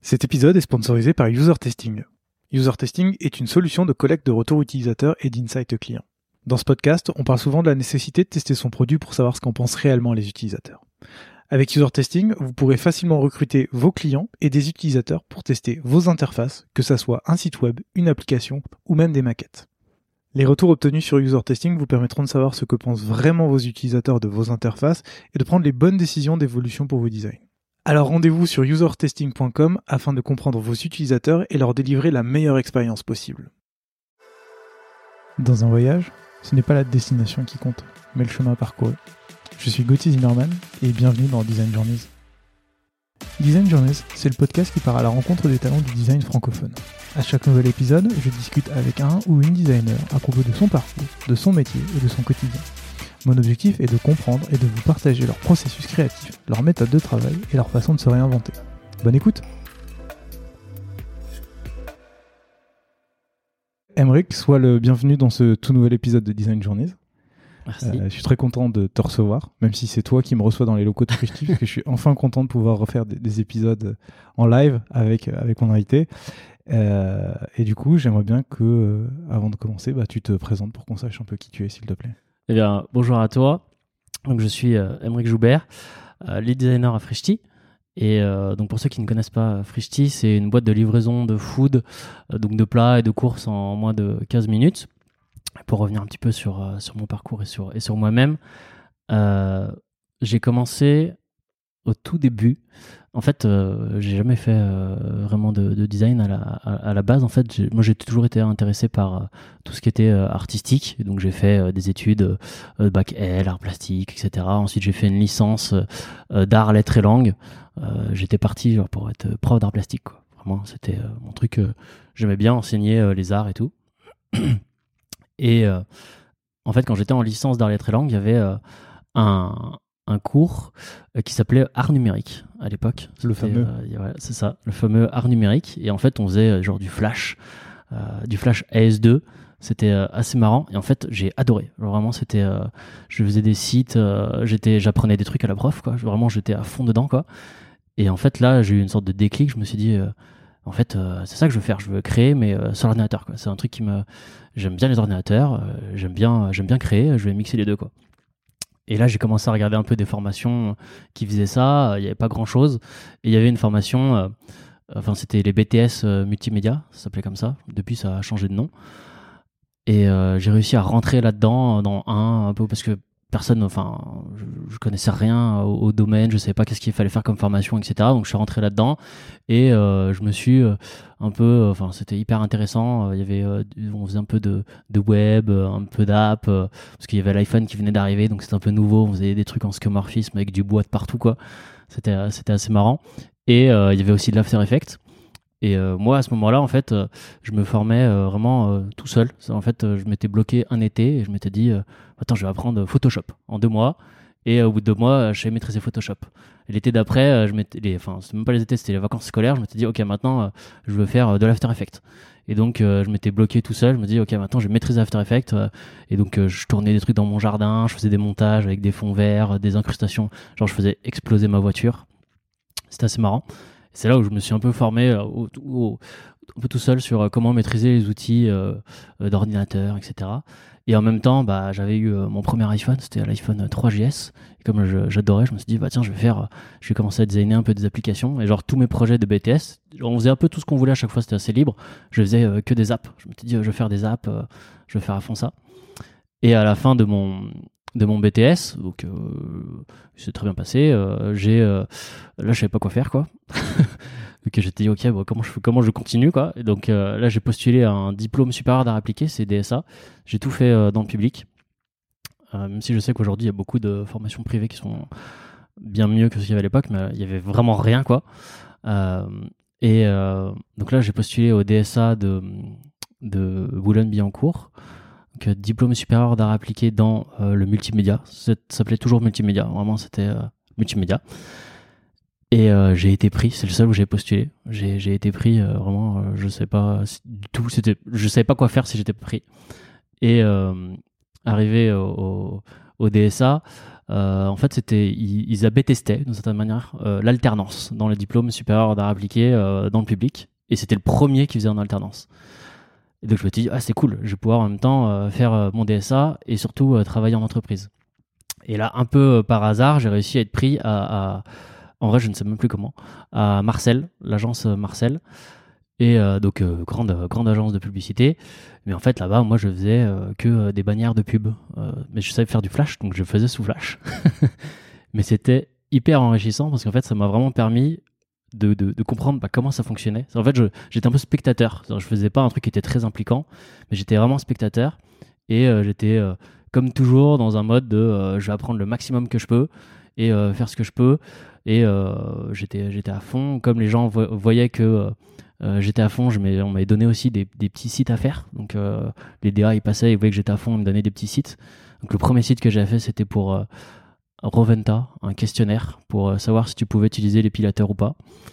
Cet épisode est sponsorisé par User Testing. User Testing est une solution de collecte de retours utilisateurs et d'insights clients. Dans ce podcast, on parle souvent de la nécessité de tester son produit pour savoir ce qu'en pensent réellement les utilisateurs. Avec User Testing, vous pourrez facilement recruter vos clients et des utilisateurs pour tester vos interfaces, que ça soit un site web, une application ou même des maquettes. Les retours obtenus sur User Testing vous permettront de savoir ce que pensent vraiment vos utilisateurs de vos interfaces et de prendre les bonnes décisions d'évolution pour vos designs. Alors rendez-vous sur usertesting.com afin de comprendre vos utilisateurs et leur délivrer la meilleure expérience possible. Dans un voyage, ce n'est pas la destination qui compte, mais le chemin parcouru. Je suis Gauthier Zimmerman et bienvenue dans Design Journeys. Design Journeys, c'est le podcast qui part à la rencontre des talents du design francophone. À chaque nouvel épisode, je discute avec un ou une designer à propos de son parcours, de son métier et de son quotidien. Mon objectif est de comprendre et de vous partager leur processus créatif, leur méthode de travail et leur façon de se réinventer. Bonne écoute! Aymeric, sois le bienvenu dans ce tout nouvel épisode de Design Journeys. Merci. Je suis très content de te recevoir, même si c'est toi qui me reçois dans les locaux de Frishti, parce que je suis enfin content de pouvoir refaire des épisodes en live avec mon invité. Et du coup, j'aimerais bien que, avant de commencer, tu te présentes pour qu'on sache un peu qui tu es, s'il te plaît. Eh bien, bonjour à toi. Donc, je suis Aymeric Joubert, lead designer à Frishti. Et donc, pour ceux qui ne connaissent pas Frishti, c'est une boîte de livraison de food, donc de plats et de courses en moins de 15 minutes. Pour revenir un petit peu sur mon parcours et sur moi-même, j'ai commencé au tout début. En fait, j'ai jamais fait vraiment de design à la base. En fait, moi, j'ai toujours été intéressé par tout ce qui était artistique. Et donc, j'ai fait des études bac L, art plastique, etc. Ensuite, j'ai fait une licence d'art, lettres et langues. J'étais parti pour être prof d'art plastique, quoi. Vraiment, c'était mon truc. J'aimais bien enseigner les arts et tout. Et en fait, quand j'étais en licence d'art, lettres et langues, il y avait un cours qui s'appelait art numérique à l'époque. Le fameux. Ouais, c'est ça, le fameux art numérique. Et en fait, on faisait genre du flash AS2. C'était assez marrant. Et en fait, j'ai adoré. Genre, vraiment, c'était, je faisais des sites, j'apprenais des trucs à la prof, quoi. Vraiment, j'étais à fond dedans, quoi. Et en fait, là, j'ai eu une sorte de déclic. Je me suis dit, en fait, c'est ça que je veux faire. Je veux créer, mais sur l'ordinateur, quoi. C'est un truc j'aime bien les ordinateurs. J'aime bien créer. Je vais mixer les deux, quoi. Et là, j'ai commencé à regarder un peu des formations qui faisaient ça. Il n'y avait pas grand-chose. Et il y avait une formation, c'était les BTS multimédia, ça s'appelait comme ça. Depuis, ça a changé de nom. Et j'ai réussi à rentrer là-dedans dans un peu parce que je connaissais rien au domaine, je savais pas qu'est-ce qu'il fallait faire comme formation, etc. Donc je suis rentré là-dedans et je me suis un peu, c'était hyper intéressant. On faisait un peu de web, un peu d'app, parce qu'il y avait l'iPhone qui venait d'arriver, donc c'était un peu nouveau. On faisait des trucs en skeuomorphisme avec du bois de partout, quoi. C'était assez marrant. Et il y avait aussi de l'After Effects. Et moi, à ce moment-là, en fait, je me formais vraiment tout seul. En fait, je m'étais bloqué un été et je m'étais dit, attends, je vais apprendre Photoshop en 2 mois. Et au bout de 2 mois, je savais maîtriser Photoshop. Et l'été d'après, c'était même pas les étés, c'était les vacances scolaires. Je m'étais dit, ok, maintenant, je veux faire de l'After Effects. Et donc, je m'étais bloqué tout seul. Je me dis, ok, maintenant, je vais maîtriser After Effects. Et donc, je tournais des trucs dans mon jardin. Je faisais des montages avec des fonds verts, des incrustations. Genre, je faisais exploser ma voiture. C'était assez marrant. C'est là où je me suis un peu formé un peu tout seul sur comment maîtriser les outils d'ordinateur, etc. Et en même temps, j'avais eu mon premier iPhone, c'était l'iPhone 3GS. Et comme j'adorais, je me suis dit, tiens, je vais commencer à designer un peu des applications. Et genre, tous mes projets de BTS, on faisait un peu tout ce qu'on voulait à chaque fois, c'était assez libre. Je faisais que des apps. Je m'étais dit, je vais faire des apps, je vais faire à fond ça. Et à la fin de mon BTS, donc c'est très bien passé. Là, je savais pas quoi faire, quoi. Donc j'étais dit, ok, comment je continue, quoi. Et donc là, j'ai postulé à un diplôme supérieur d'art appliqué, c'est DSA. J'ai tout fait dans le public, même si je sais qu'aujourd'hui il y a beaucoup de formations privées qui sont bien mieux que ce qu'il y avait à l'époque, mais il y avait vraiment rien, quoi. Donc là, j'ai postulé au DSA de Boulogne-Billancourt. Donc, diplôme supérieur d'art appliqué dans le multimédia. Ça s'appelait toujours multimédia. Vraiment, c'était multimédia. Et j'ai été pris. C'est le seul où j'ai postulé. J'ai été pris. Vraiment, je sais pas du tout. Je savais pas quoi faire si j'étais pris. Et arrivé au DSA, En fait, ils AB testaient d'une certaine manière l'alternance dans le diplôme supérieur d'art appliqué dans le public, et c'était le premier qui faisait en alternance. Et donc je me suis dit, c'est cool, je vais pouvoir en même temps faire mon DSA et surtout travailler en entreprise. Et là, un peu par hasard, j'ai réussi à être pris en vrai, je ne sais même plus comment, à Marcel, l'agence Marcel. Et donc, grande agence de publicité. Mais en fait, là-bas, moi, je faisais que des bannières de pub. Mais je savais faire du Flash, donc je faisais sous Flash. Mais c'était hyper enrichissant parce qu'en fait, ça m'a vraiment permis de comprendre comment ça fonctionnait. En fait, j'étais un peu spectateur. Je faisais pas un truc qui était très impliquant, mais j'étais vraiment spectateur. Et j'étais, comme toujours, dans un mode de je vais apprendre le maximum que je peux et faire ce que je peux. Et j'étais à fond. Comme les gens voyaient que j'étais à fond, on m'avait donné aussi des petits sites à faire. Donc les DA, ils passaient, ils voyaient que j'étais à fond, ils me donnaient des petits sites. Donc le premier site que j'avais fait, c'était pour Roventa, un questionnaire pour savoir si tu pouvais utiliser l'épilateur ou pas.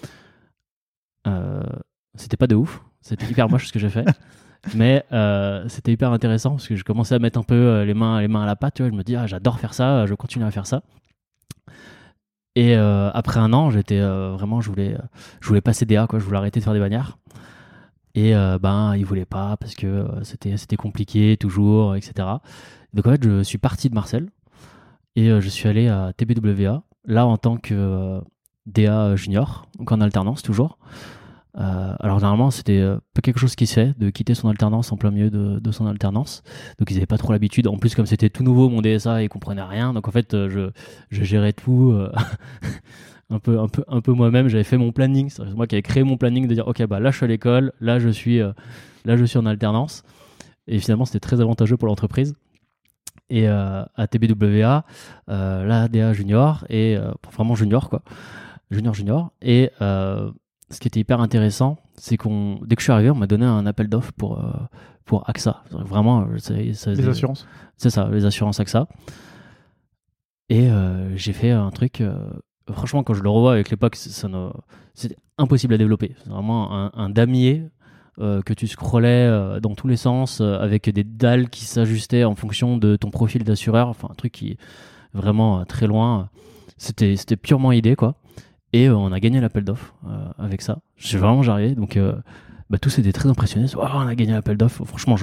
C'était pas de ouf, c'était hyper moche ce que j'ai fait. Mais c'était hyper intéressant parce que je commençais à mettre un peu les mains à la pâte. Tu vois, je me dis, j'adore faire ça, je continue à faire ça. Et après un an, j'étais vraiment, je voulais passer DA, quoi. Je voulais arrêter de faire des bannières. Et ils voulaient pas parce que c'était compliqué toujours, etc. Donc en fait, je suis parti de Marcel et je suis allé à TBWA, là en tant que DA junior, donc en alternance toujours. Alors généralement c'était pas quelque chose qui se fait de quitter son alternance en plein milieu de son alternance, donc ils n'avaient pas trop l'habitude. En plus, comme c'était tout nouveau mon DSA, ils comprenaient rien, donc en fait je gérais tout un peu moi-même. J'avais fait mon planning, c'est moi qui avais créé mon planning de dire ok, là je suis à l'école, là je suis en alternance, et finalement c'était très avantageux pour l'entreprise. Et à TBWA, là DA junior, et vraiment junior quoi, junior. Et ce qui était hyper intéressant, c'est dès que je suis arrivé, on m'a donné un appel d'offres pour AXA. Vraiment, les assurances. C'est ça, les assurances AXA. Et j'ai fait un truc. Franchement, quand je le revois avec l'époque, c'était impossible à développer. C'est vraiment un damier que tu scrollais dans tous les sens avec des dalles qui s'ajustaient en fonction de ton profil d'assureur. Enfin, un truc qui est vraiment très loin. C'était purement idée, quoi. Et on a gagné l'appel d'offres avec ça. J'arrivais. Donc, tous étaient très impressionnés. Oh, on a gagné l'appel d'offres. Franchement,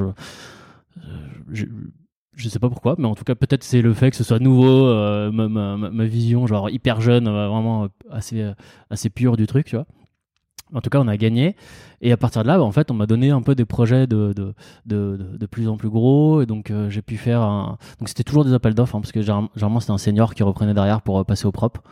je sais pas pourquoi, mais en tout cas, peut-être c'est le fait que ce soit nouveau, ma vision, genre hyper jeune, vraiment assez pure du truc, tu vois. En tout cas, on a gagné. Et à partir de là, en fait, on m'a donné un peu des projets de plus en plus gros. Et donc, j'ai pu faire Donc, c'était toujours des appels d'offres, parce que généralement, c'était un senior qui reprenait derrière pour passer au propre.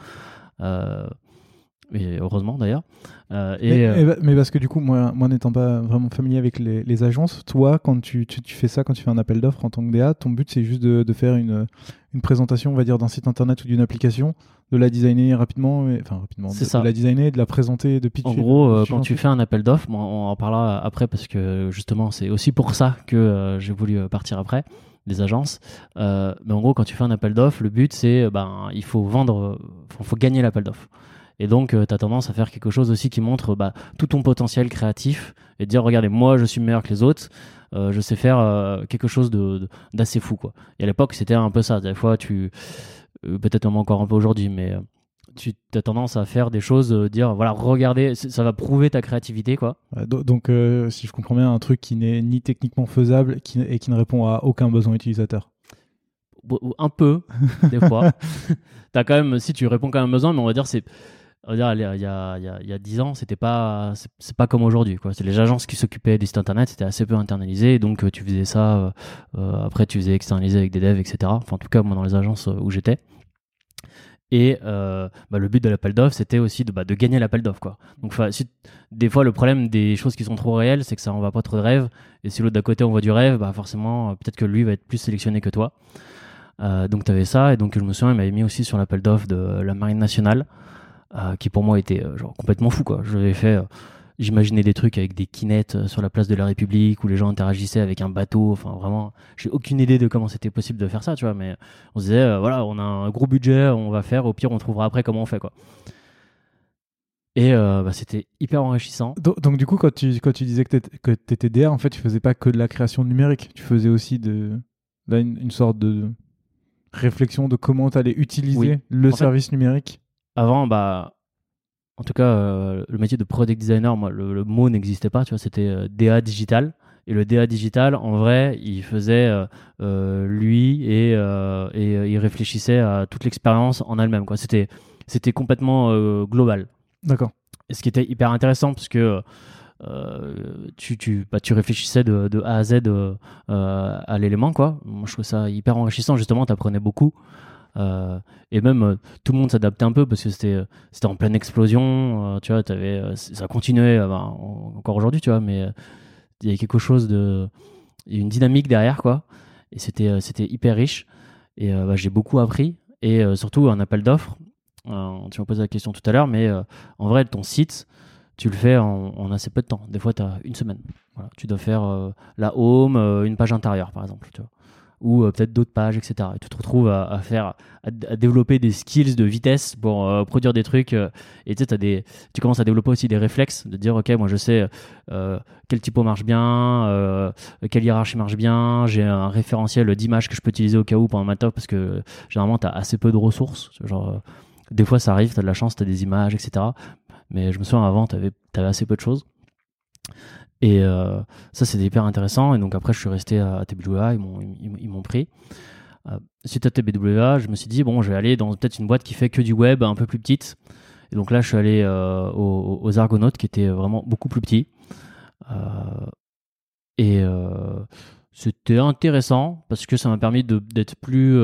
Et heureusement d'ailleurs. Mais parce que du coup, moi n'étant pas vraiment familier avec les agences, toi, quand tu fais ça, quand tu fais un appel d'offres en tant que DA, ton but c'est juste de faire une présentation, on va dire, d'un site internet ou d'une application, de la designer rapidement, de la designer, de la présenter, de pitcher. En gros, quand tu fais un appel d'offres, on en parlera après parce que justement c'est aussi pour ça que j'ai voulu partir après des agences. Mais en gros, quand tu fais un appel d'offres, le but c'est il faut faut gagner l'appel d'offres. Et donc, tu as tendance à faire quelque chose aussi qui montre tout ton potentiel créatif et dire, regardez, moi, je suis meilleur que les autres, je sais faire quelque chose d'assez fou, quoi. Et à l'époque, c'était un peu ça. Des fois, peut-être encore un peu aujourd'hui, mais tu as tendance à faire des choses, dire, voilà, regardez, ça va prouver ta créativité, quoi. Donc, si je comprends bien, un truc qui n'est ni techniquement faisable et qui ne répond à aucun besoin utilisateur. Un peu, des fois. T'as quand même, si tu réponds quand même besoin, mais on va dire, il y a 10 ans, c'est pas comme aujourd'hui, quoi. C'est les agences qui s'occupaient des sites internet, c'était assez peu internalisé, donc tu faisais ça, après tu faisais externaliser avec des devs, etc. Enfin, en tout cas, moi dans les agences où j'étais. Et le but de l'appel d'offres, c'était aussi de gagner l'appel d'offres, quoi. Donc des fois, le problème des choses qui sont trop réelles, c'est que ça envoie pas trop de rêve, et si l'autre d'à côté envoie du rêve, forcément, peut-être que lui va être plus sélectionné que toi. Donc tu avais ça, et donc je me souviens, il m'avait mis aussi sur l'appel d'offres de la Marine nationale, qui pour moi était complètement fou, quoi. Je l'avais fait, j'imaginais des trucs avec des kinettes sur la place de la République où les gens interagissaient avec un bateau. Enfin, vraiment, j'ai aucune idée de comment c'était possible de faire ça, tu vois. Mais on se disait, voilà, on a un gros budget, on va faire. Au pire, on trouvera après comment on fait, quoi. Et c'était hyper enrichissant. Donc du coup, quand tu disais que t'étais DA, en fait, tu faisais pas que de la création numérique. Tu faisais aussi une sorte de réflexion de comment tu allais utiliser Oui. le En fait, service numérique? avant, en tout cas, le métier de product designer, moi, le mot n'existait pas, tu vois, c'était DA digital. Et le DA digital, en vrai, il faisait lui et il réfléchissait à toute l'expérience en elle-même, quoi. C'était complètement global. D'accord. Et ce qui était hyper intéressant, parce que tu réfléchissais de A à Z à l'élément, quoi. Moi, je trouve ça hyper enrichissant, justement, tu apprenais beaucoup. Et même tout le monde s'adaptait un peu parce que c'était en pleine explosion, tu vois, ça continuait encore aujourd'hui, tu vois, mais il y avait quelque chose il y a une dynamique derrière, quoi, et c'était hyper riche, et j'ai beaucoup appris, et surtout un appel d'offres. Tu m'as posé la question tout à l'heure, mais en vrai, ton site, tu le fais en assez peu de temps. Des fois, tu as une semaine. Voilà. Tu dois faire la home, une page intérieure, par exemple, tu vois, ou peut-être d'autres pages, etc. Et tu te retrouves à développer des skills de vitesse pour produire des trucs. Et tu sais, tu commences à développer aussi des réflexes, de dire, OK, moi je sais quel typo marche bien, quelle hiérarchie marche bien, j'ai un référentiel d'images que je peux utiliser au cas où pendant ma talk, parce que généralement, tu as assez peu de ressources. Genre, des fois, ça arrive, tu as de la chance, tu as des images, etc. Mais je me souviens, avant, tu avais assez peu de choses. Et ça, c'était hyper intéressant. Et donc après, je suis resté à TBWA, ils m'ont pris. Suite à TBWA, je me suis dit, bon, je vais aller dans peut-être une boîte qui fait que du web un peu plus petite. Et donc là, je suis allé aux Argonautes, qui étaient vraiment beaucoup plus petits. Et c'était intéressant parce que ça m'a permis d'être plus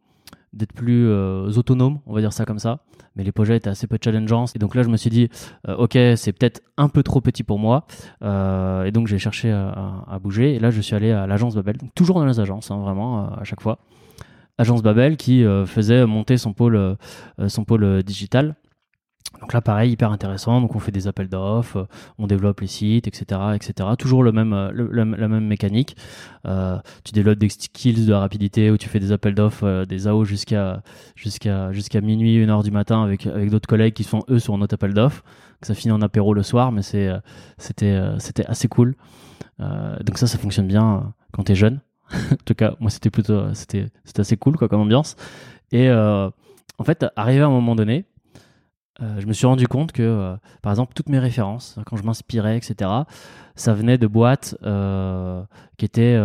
autonome, on va dire ça comme ça. Mais les projets étaient assez peu challengeants. Et donc là, je me suis dit, OK, c'est peut-être un peu trop petit pour moi. Et donc, j'ai cherché à bouger. Et là, je suis allé à l'agence Babel. Donc, toujours dans les agences, hein, vraiment, à chaque fois. Agence Babel qui faisait monter son pôle digital. Donc là, pareil, hyper intéressant. Donc, on fait des appels d'offres, on développe les sites, etc., etc. Toujours la même mécanique. Tu développes des skills de rapidité où tu fais des appels d'offres, des AO jusqu'à minuit, 1h du matin avec d'autres collègues qui sont eux sur notre appel d'offres. Ça finit en apéro le soir, mais c'était assez cool. Donc ça fonctionne bien quand t'es jeune. En tout cas, moi, c'était assez cool, quoi, comme ambiance. Et en fait, arrivé à un moment donné, je me suis rendu compte que, par exemple, toutes mes références, quand je m'inspirais, etc., ça venait de boîtes qui étaient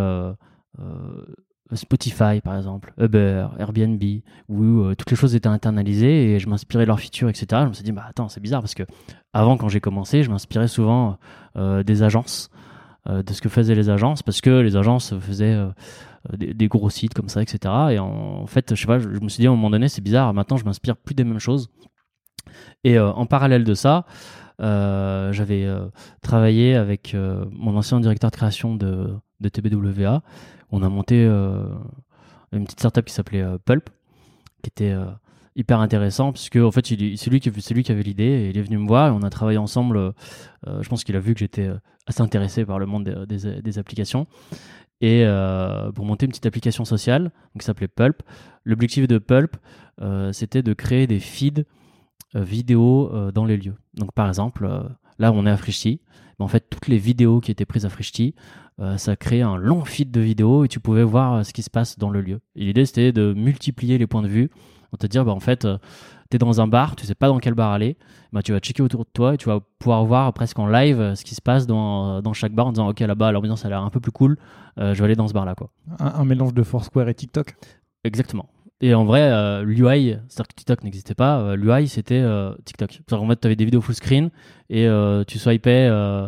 Spotify, par exemple, Uber, Airbnb, où toutes les choses étaient internalisées et je m'inspirais de leurs features, etc. Je me suis dit, attends, c'est bizarre parce que avant, quand j'ai commencé, je m'inspirais souvent des agences, de ce que faisaient les agences, parce que les agences faisaient des gros sites comme ça, etc. Et en fait, je sais pas, je me suis dit à un moment donné, c'est bizarre, maintenant je m'inspire plus des mêmes choses. Et en parallèle de ça, j'avais travaillé avec mon ancien directeur de création de TBWA. On a monté une petite startup qui s'appelait Pulp, qui était hyper intéressant, puisque en fait, c'est lui qui avait l'idée, et il est venu me voir et on a travaillé ensemble. Je pense qu'il a vu que j'étais assez intéressé par le monde des applications. Et pour monter une petite application sociale qui s'appelait Pulp. L'objectif de Pulp, c'était de créer des feeds vidéo dans les lieux. Donc par exemple, là on est à Frischti, mais en fait toutes les vidéos qui étaient prises à Frischti, ça créait un long feed de vidéos et tu pouvais voir ce qui se passe dans le lieu. Et l'idée c'était de multiplier les points de vue, on te dire en fait t'es dans un bar, tu sais pas dans quel bar aller, tu vas checker autour de toi et tu vas pouvoir voir presque en live ce qui se passe dans chaque bar en disant ok, là-bas l'ambiance a l'air un peu plus cool, je vais aller dans ce bar là, quoi. Un mélange de Foursquare et TikTok. Exactement. Et en vrai, l'UI, c'est-à-dire que TikTok n'existait pas, l'UI c'était TikTok. C'est-à-dire qu'en fait, tu avais des vidéos full screen et tu swipais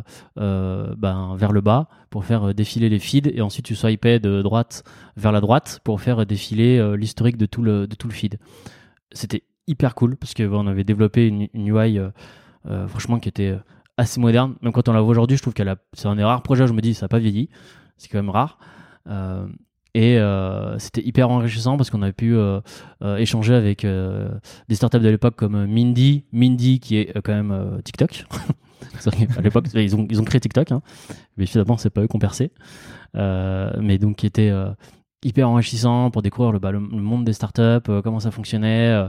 vers le bas pour faire défiler les feeds, et ensuite tu swipais de droite vers la droite pour faire défiler l'historique de tout le feed. C'était hyper cool parce qu'on avait développé une UI franchement qui était assez moderne. Même quand on la voit aujourd'hui, je trouve c'est un des rares projets où je me dis ça n'a pas vieilli. C'est quand même rare. Et c'était hyper enrichissant parce qu'on avait pu échanger avec des startups de l'époque comme Mindy qui est quand même TikTok. À l'époque, ils ont créé TikTok, hein, mais finalement, c'est pas eux qui ont percé. Mais donc, qui était hyper enrichissant pour découvrir le monde des startups, comment ça fonctionnait,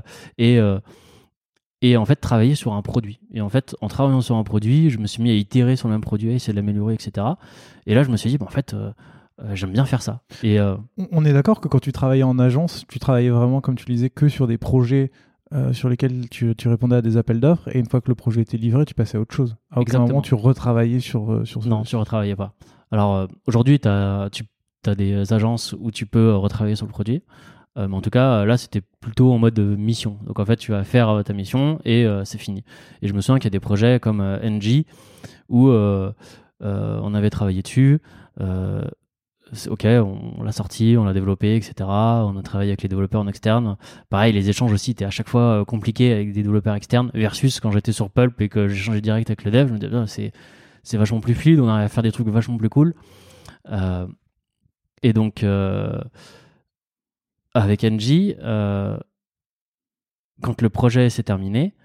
et en fait, travailler sur un produit. Et en fait, en travaillant sur un produit, je me suis mis à itérer sur le même produit, à essayer de l'améliorer, etc. Et là, je me suis dit, en fait, j'aime bien faire ça. Et On est d'accord que quand tu travaillais en agence, tu travaillais vraiment, comme tu le disais, que sur des projets sur lesquels tu répondais à des appels d'offres, et une fois que le projet était livré, tu passais à autre chose. À aucun Exactement. moment, tu retravaillais sur ce... Non, tu retravaillais pas. Alors aujourd'hui, tu as des agences où tu peux retravailler sur le produit. Mais en tout cas, là, c'était plutôt en mode mission. Donc en fait, tu vas faire ta mission et c'est fini. Et je me souviens qu'il y a des projets comme NG où on avait travaillé dessus. Ok, on l'a sorti, on l'a développé, etc. On a travaillé avec les développeurs en externe. Pareil, les échanges aussi étaient à chaque fois compliqués avec des développeurs externes versus quand j'étais sur Pulp et que j'échangeais direct avec le dev. Je me disais, c'est vachement plus fluide, on arrive à faire des trucs vachement plus cool. Et donc, avec NG, quand le projet s'est terminé,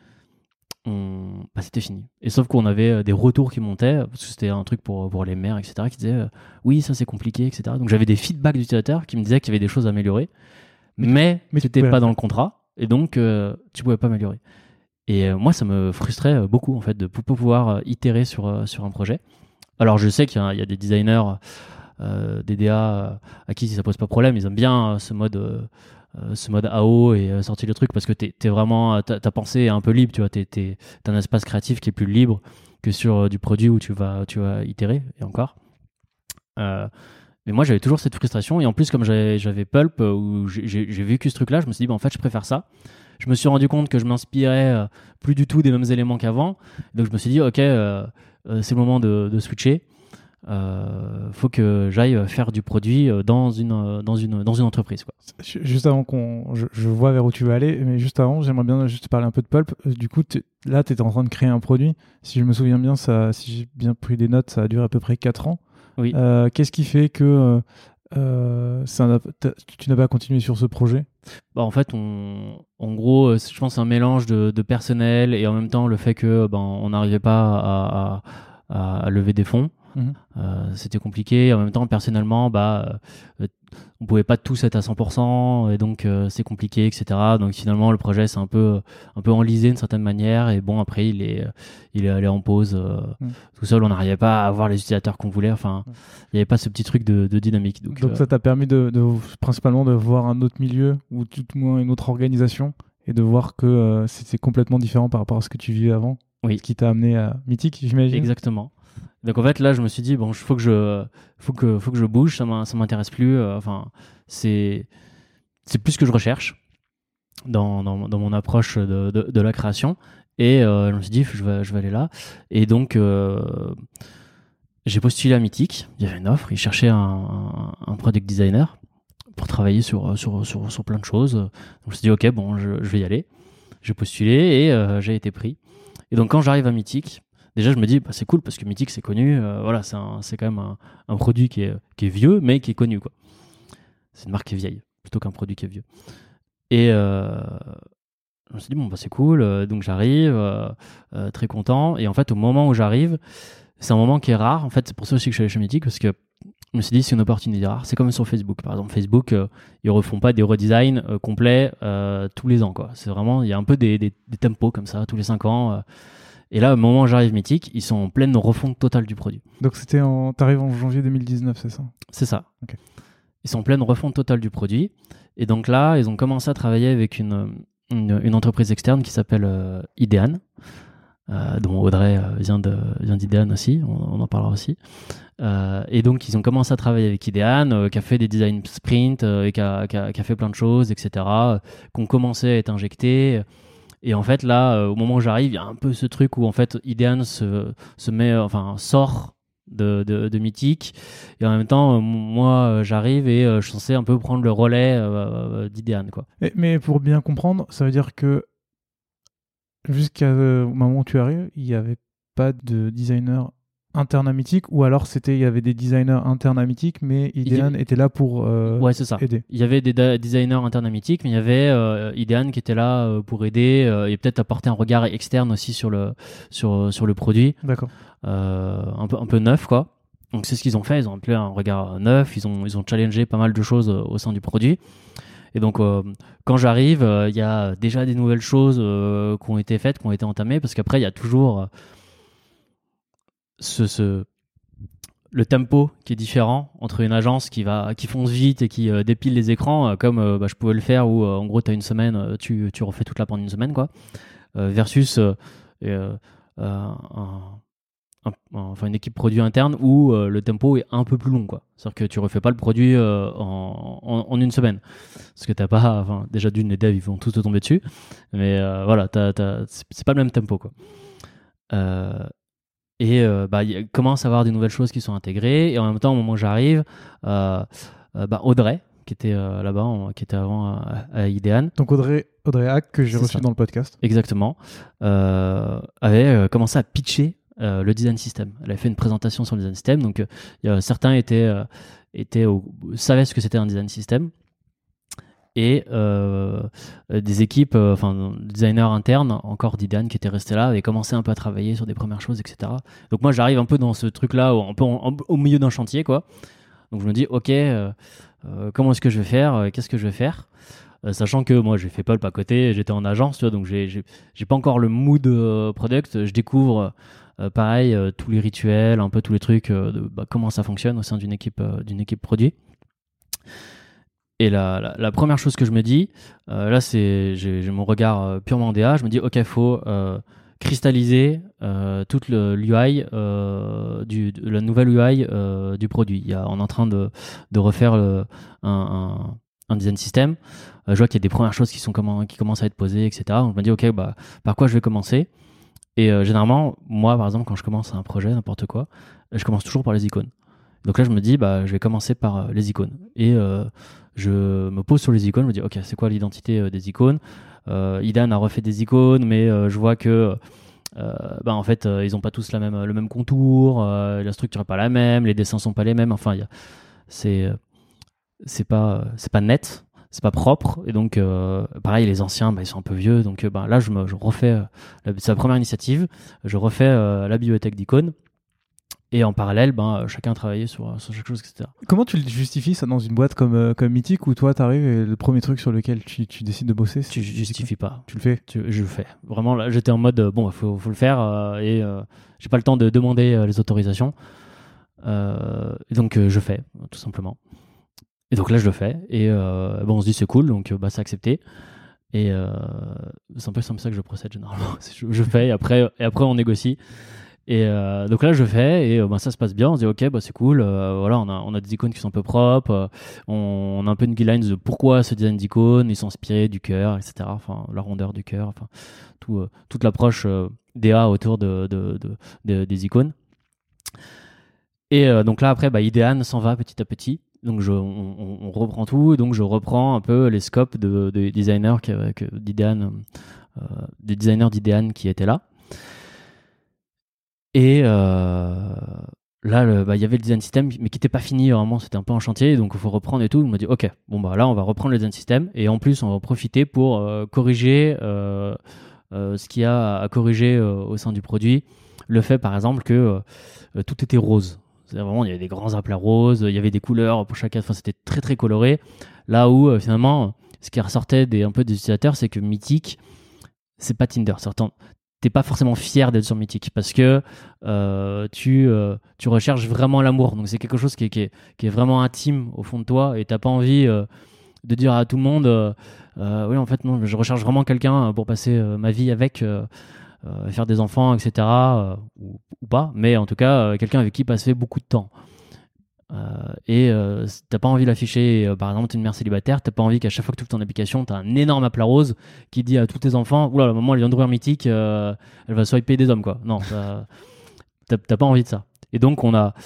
c'était fini. Et sauf qu'on avait des retours qui montaient, parce que c'était un truc pour les maires, etc., qui disaient oui, ça c'est compliqué, etc. Donc j'avais des feedbacks d'utilisateurs qui me disaient qu'il y avait des choses à améliorer, mais c'était pas dans le contrat, et donc tu pouvais pas améliorer. Et moi, ça me frustrait beaucoup, en fait, de pouvoir itérer sur un projet. Alors je sais qu'il y a des designers, des DA à qui ça pose pas problème, ils aiment bien ce mode AO et sortir le truc parce que t'es vraiment, ta pensée est un peu libre, tu vois, t'as un espace créatif qui est plus libre que sur du produit où tu vas itérer, et encore. Mais moi, j'avais toujours cette frustration, et en plus, comme j'avais Pulp, où j'ai vécu ce truc-là, je me suis dit, en fait, je préfère ça. Je me suis rendu compte que je m'inspirais plus du tout des mêmes éléments qu'avant, donc je me suis dit, ok, c'est le moment de switcher. Faut que j'aille faire du produit dans une entreprise, quoi. Juste avant je vois vers où tu veux aller, mais juste avant, j'aimerais bien juste parler un peu de Pulp. Du coup, là, tu étais en train de créer un produit. Si je me souviens bien, si j'ai bien pris des notes, ça a duré à peu près 4 ans. Oui. Qu'est-ce qui fait que tu n'as pas continué sur ce projet? En fait, en gros, je pense que c'est un mélange de personnel et en même temps le fait que on n'arrivait pas à lever des fonds. C'était compliqué. En même temps, personnellement, on pouvait pas tous être à 100% et donc c'est compliqué, etc. Donc finalement, le projet c'est un peu enlisé d'une certaine manière, et bon, après il est allé en pause tout seul. On n'arrivait pas à avoir les utilisateurs qu'on voulait. Enfin, il n'y avait pas ce petit truc de dynamique. Donc ça t'a permis principalement de voir un autre milieu ou tout au moins une autre organisation et de voir que c'est complètement différent par rapport à ce que tu vivais avant. Oui. Ce qui t'a amené à Mythic, j'imagine. Exactement. Donc en fait là je me suis dit faut que je bouge, ça m'intéresse plus, c'est plus ce que je recherche dans mon approche de la création, et je me suis dit je vais aller là, et donc j'ai postulé à Mythic. Il y avait une offre, ils cherchaient un product designer pour travailler sur plein de choses. Donc je me suis dit ok, bon, je vais y aller. J'ai postulé et j'ai été pris. Et donc quand j'arrive à Mythic, déjà, je me dis, c'est cool parce que Mythic, c'est connu. Voilà, c'est quand même un produit qui est vieux, mais qui est connu, quoi. C'est une marque qui est vieille, plutôt qu'un produit qui est vieux. Et je me suis dit, c'est cool. Donc, j'arrive, très content. Et en fait, au moment où j'arrive, c'est un moment qui est rare. En fait, c'est pour ça aussi que je suis allé chez Mythic, parce que je me suis dit, c'est une opportunité rare. C'est comme sur Facebook. Par exemple, Facebook, ils refont pas des redesigns complets tous les ans, quoi. C'est vraiment, il y a un peu des tempos comme ça, tous les 5 ans. Et là, au moment où j'arrive Mythic, ils sont en pleine refonte totale du produit. Donc t'arrives en janvier 2019, c'est ça? C'est ça. Okay. Ils sont en pleine refonte totale du produit. Et donc là, ils ont commencé à travailler avec une entreprise externe qui s'appelle Idean, dont Audrey vient d'Idean aussi, on en parlera aussi. Et donc, ils ont commencé à travailler avec Idean, qui a fait des design sprints, et qui a fait plein de choses, etc., qui ont commencé à être injectés. Et en fait, là, au moment où j'arrive, il y a un peu ce truc où en fait, Idean sort de Mythic, et en même temps, moi, j'arrive et je suis censé un peu prendre le relais d'Idean, quoi. Mais pour bien comprendre, ça veut dire que jusqu'au moment où tu arrives, il n'y avait pas de designer interne à Mythic, ou alors il y avait des designers internes à Mythic, mais Idean était là pour ouais, c'est ça. aider. Il y avait des designers internes à Mythic, mais il y avait Idean qui était là pour aider et peut-être apporter un regard externe aussi sur le produit. D'accord. Un peu neuf, quoi. Donc c'est ce qu'ils ont fait, ils ont appelé un regard neuf, ils ont challengé pas mal de choses au sein du produit. Et donc quand j'arrive, il y a déjà des nouvelles choses qui ont été faites, qui ont été entamées, parce qu'après il y a toujours le tempo qui est différent entre une agence qui fonce vite et qui dépile les écrans, comme je pouvais le faire, où en gros, tu as une semaine, tu refais toute l'app en une semaine, quoi, versus une équipe produit interne où le tempo est un peu plus long, quoi. C'est-à-dire que tu refais pas le produit en une semaine, parce que t'as pas, déjà d'une, les devs ils vont tous te tomber dessus, mais voilà, c'est pas le même tempo, quoi. Il commence à avoir des nouvelles choses qui sont intégrées, et en même temps, au moment où j'arrive, Audrey, qui était là-bas, qui était avant à Idean. Donc Audrey Hack, que j'ai reçu dans le podcast. Exactement. Avait commencé à pitcher le design system. Elle avait fait une présentation sur le design system. Donc, certains savaient ce que c'était un design system. Et des équipes, designers internes, encore d'Idean, qui étaient restés là, avaient commencé un peu à travailler sur des premières choses, etc. Donc, moi, j'arrive un peu dans ce truc-là, un peu au milieu d'un chantier, quoi. Donc, je me dis, OK, comment est-ce que je vais faire ? Qu'est-ce que je vais faire ? Sachant que moi, j'ai fait Pulp à côté, j'étais en agence, tu vois, donc j'ai pas encore le mood product. Je découvre pareil tous les rituels, un peu tous les trucs de comment ça fonctionne au sein d'une équipe produit. Et la première chose que je me dis, là, j'ai mon regard purement DA. Je me dis, OK, faut cristalliser toute l'UI la nouvelle UI du produit. On est en train de refaire un design system. Je vois qu'il y a des premières choses qui commencent à être posées, etc. Donc je me dis, OK, par quoi je vais commencer ? Et généralement, moi, par exemple, quand je commence un projet, n'importe quoi, je commence toujours par les icônes. Donc là, je me dis, je vais commencer par les icônes. Et je me pose sur les icônes, je me dis, OK, c'est quoi l'identité des icônes ? Idan a refait des icônes, mais je vois que en fait, ils n'ont pas tous le même contour, la structure n'est pas la même, les dessins sont pas les mêmes. Enfin, c'est pas net, c'est pas propre. Et donc, pareil, les anciens, ils sont un peu vieux. Donc là, je refais, c'est la première initiative, je refais la bibliothèque d'icônes. Et en parallèle, chacun travaillait sur chaque chose, etc. Comment tu justifies ça dans une boîte comme Mythic, où toi, t'arrives et le premier truc sur lequel tu décides de bosser, tu justifies pas. Tu le fais. Je le fais. Vraiment, là, j'étais en mode, faut le faire, et j'ai pas le temps de demander les autorisations. Et donc, je fais, tout simplement. Et donc là, je le fais. Et on se dit, c'est cool, donc c'est accepté. Et c'est un peu comme ça que je procède généralement. Je fais, et après, on négocie. Et donc là, je fais, et ça se passe bien. On se dit, OK, c'est cool. Voilà, on a des icônes qui sont un peu propres. On a un peu une guideline de pourquoi ce design d'icônes. Ils sont inspirés du cœur, etc. Enfin, la rondeur du cœur. Enfin, toute l'approche DA autour des icônes. Et donc là, après, Idean s'en va petit à petit. Donc on reprend tout. Donc je reprends un peu les scopes des designers d'Idean, des designers d'Idean qui étaient là. Et là, il y avait le design system, mais qui n'était pas fini, vraiment, c'était un peu en chantier, donc il faut reprendre et tout. On m'a dit, OK, là, on va reprendre le design system, et en plus, on va profiter pour corriger ce qu'il y a à corriger au sein du produit. Le fait, par exemple, que tout était rose. C'est vraiment, il y avait des grands aplats roses, il y avait des couleurs pour chacun, c'était très, très coloré. Là où, finalement, ce qui ressortait un peu des utilisateurs, c'est que Mythic, c'est pas Tinder. T'es pas forcément fier d'être sur Mythic parce que tu recherches vraiment l'amour. Donc c'est quelque chose qui est vraiment intime au fond de toi, et t'as pas envie de dire à tout le monde oui, en fait non, je recherche vraiment quelqu'un pour passer ma vie avec, faire des enfants, etc. Ou pas, mais en tout cas quelqu'un avec qui passer beaucoup de temps. Et t'as pas envie de l'afficher, par exemple t'es une mère célibataire, t'as pas envie qu'à chaque fois que tu ouvres ton application t'as un énorme aplat rose qui dit à tous tes enfants, oula, la maman elle vient d'ouvrir Mythic, elle va swiper des hommes, quoi. Non, t'as pas envie de ça. Et donc on a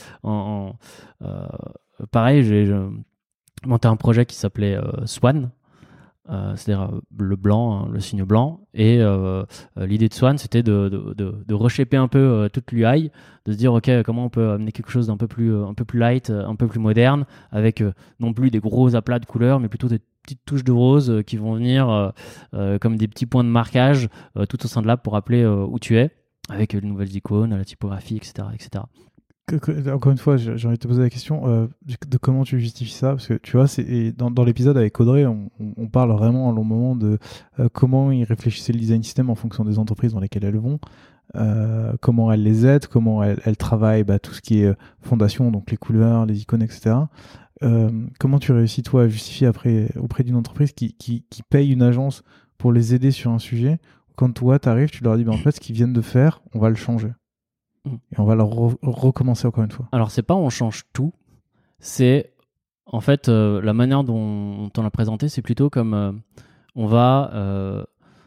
pareil, j'ai monté un projet qui s'appelait Swan, c'est-à-dire le blanc, le signe blanc, et l'idée de Swan, c'était de reshaper un peu toute l'UI, de se dire, OK, comment on peut amener quelque chose d'un un peu plus light, un peu plus moderne, avec non plus des gros aplats de couleurs, mais plutôt des petites touches de rose qui vont venir comme des petits points de marquage tout au sein de l'app pour rappeler où tu es, avec les nouvelles icônes, la typographie, etc., etc. Encore une fois, j'ai envie de te poser la question de comment tu justifies ça, parce que tu vois, dans l'épisode avec Audrey, on parle vraiment à un long moment de comment ils réfléchissaient le design system en fonction des entreprises dans lesquelles elles vont. comment elle les aide, comment elle travaille tout ce qui est fondation, donc les couleurs, les icônes, etc. Comment tu réussis, toi, à justifier après auprès d'une entreprise qui paye une agence pour les aider sur un sujet, quand toi, tu arrives, tu leur dis, en fait, ce qu'ils viennent de faire, on va le changer. Et on va leur recommencer encore une fois. Alors, c'est pas on change tout, c'est en fait la manière dont on l'a présenté, c'est plutôt comme on va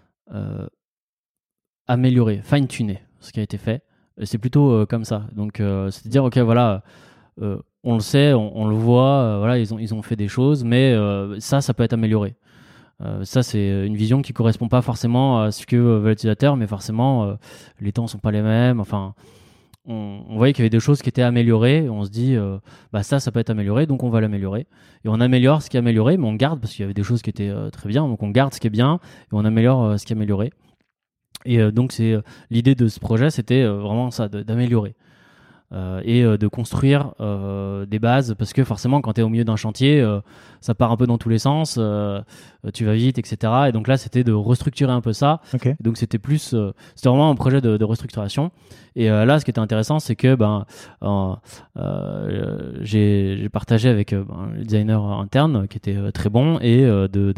améliorer, fine-tuner ce qui a été fait. Et c'est plutôt comme ça. Donc, c'est-à-dire, ok, voilà, on le sait, on le voit, voilà, ils ont fait des choses, mais ça peut être amélioré. Ça, c'est une vision qui correspond pas forcément à ce que veut l'utilisateur, mais forcément, les temps sont pas les mêmes. Enfin, on voyait qu'il y avait des choses qui étaient améliorées. Et on se dit, ça peut être amélioré, donc on va l'améliorer. Et on améliore ce qui est amélioré, mais on garde, parce qu'il y avait des choses qui étaient très bien, donc on garde ce qui est bien et on améliore ce qui est amélioré. Et donc, l'idée de ce projet, c'était vraiment ça, d'améliorer. Et de construire des bases, parce que forcément quand tu es au milieu d'un chantier, ça part un peu dans tous les sens, tu vas vite, etc. Et donc là c'était de restructurer un peu ça. Okay. Donc c'était vraiment un projet de restructuration. Et là ce qui était intéressant, c'est que j'ai partagé avec le designer interne qui était très bon, et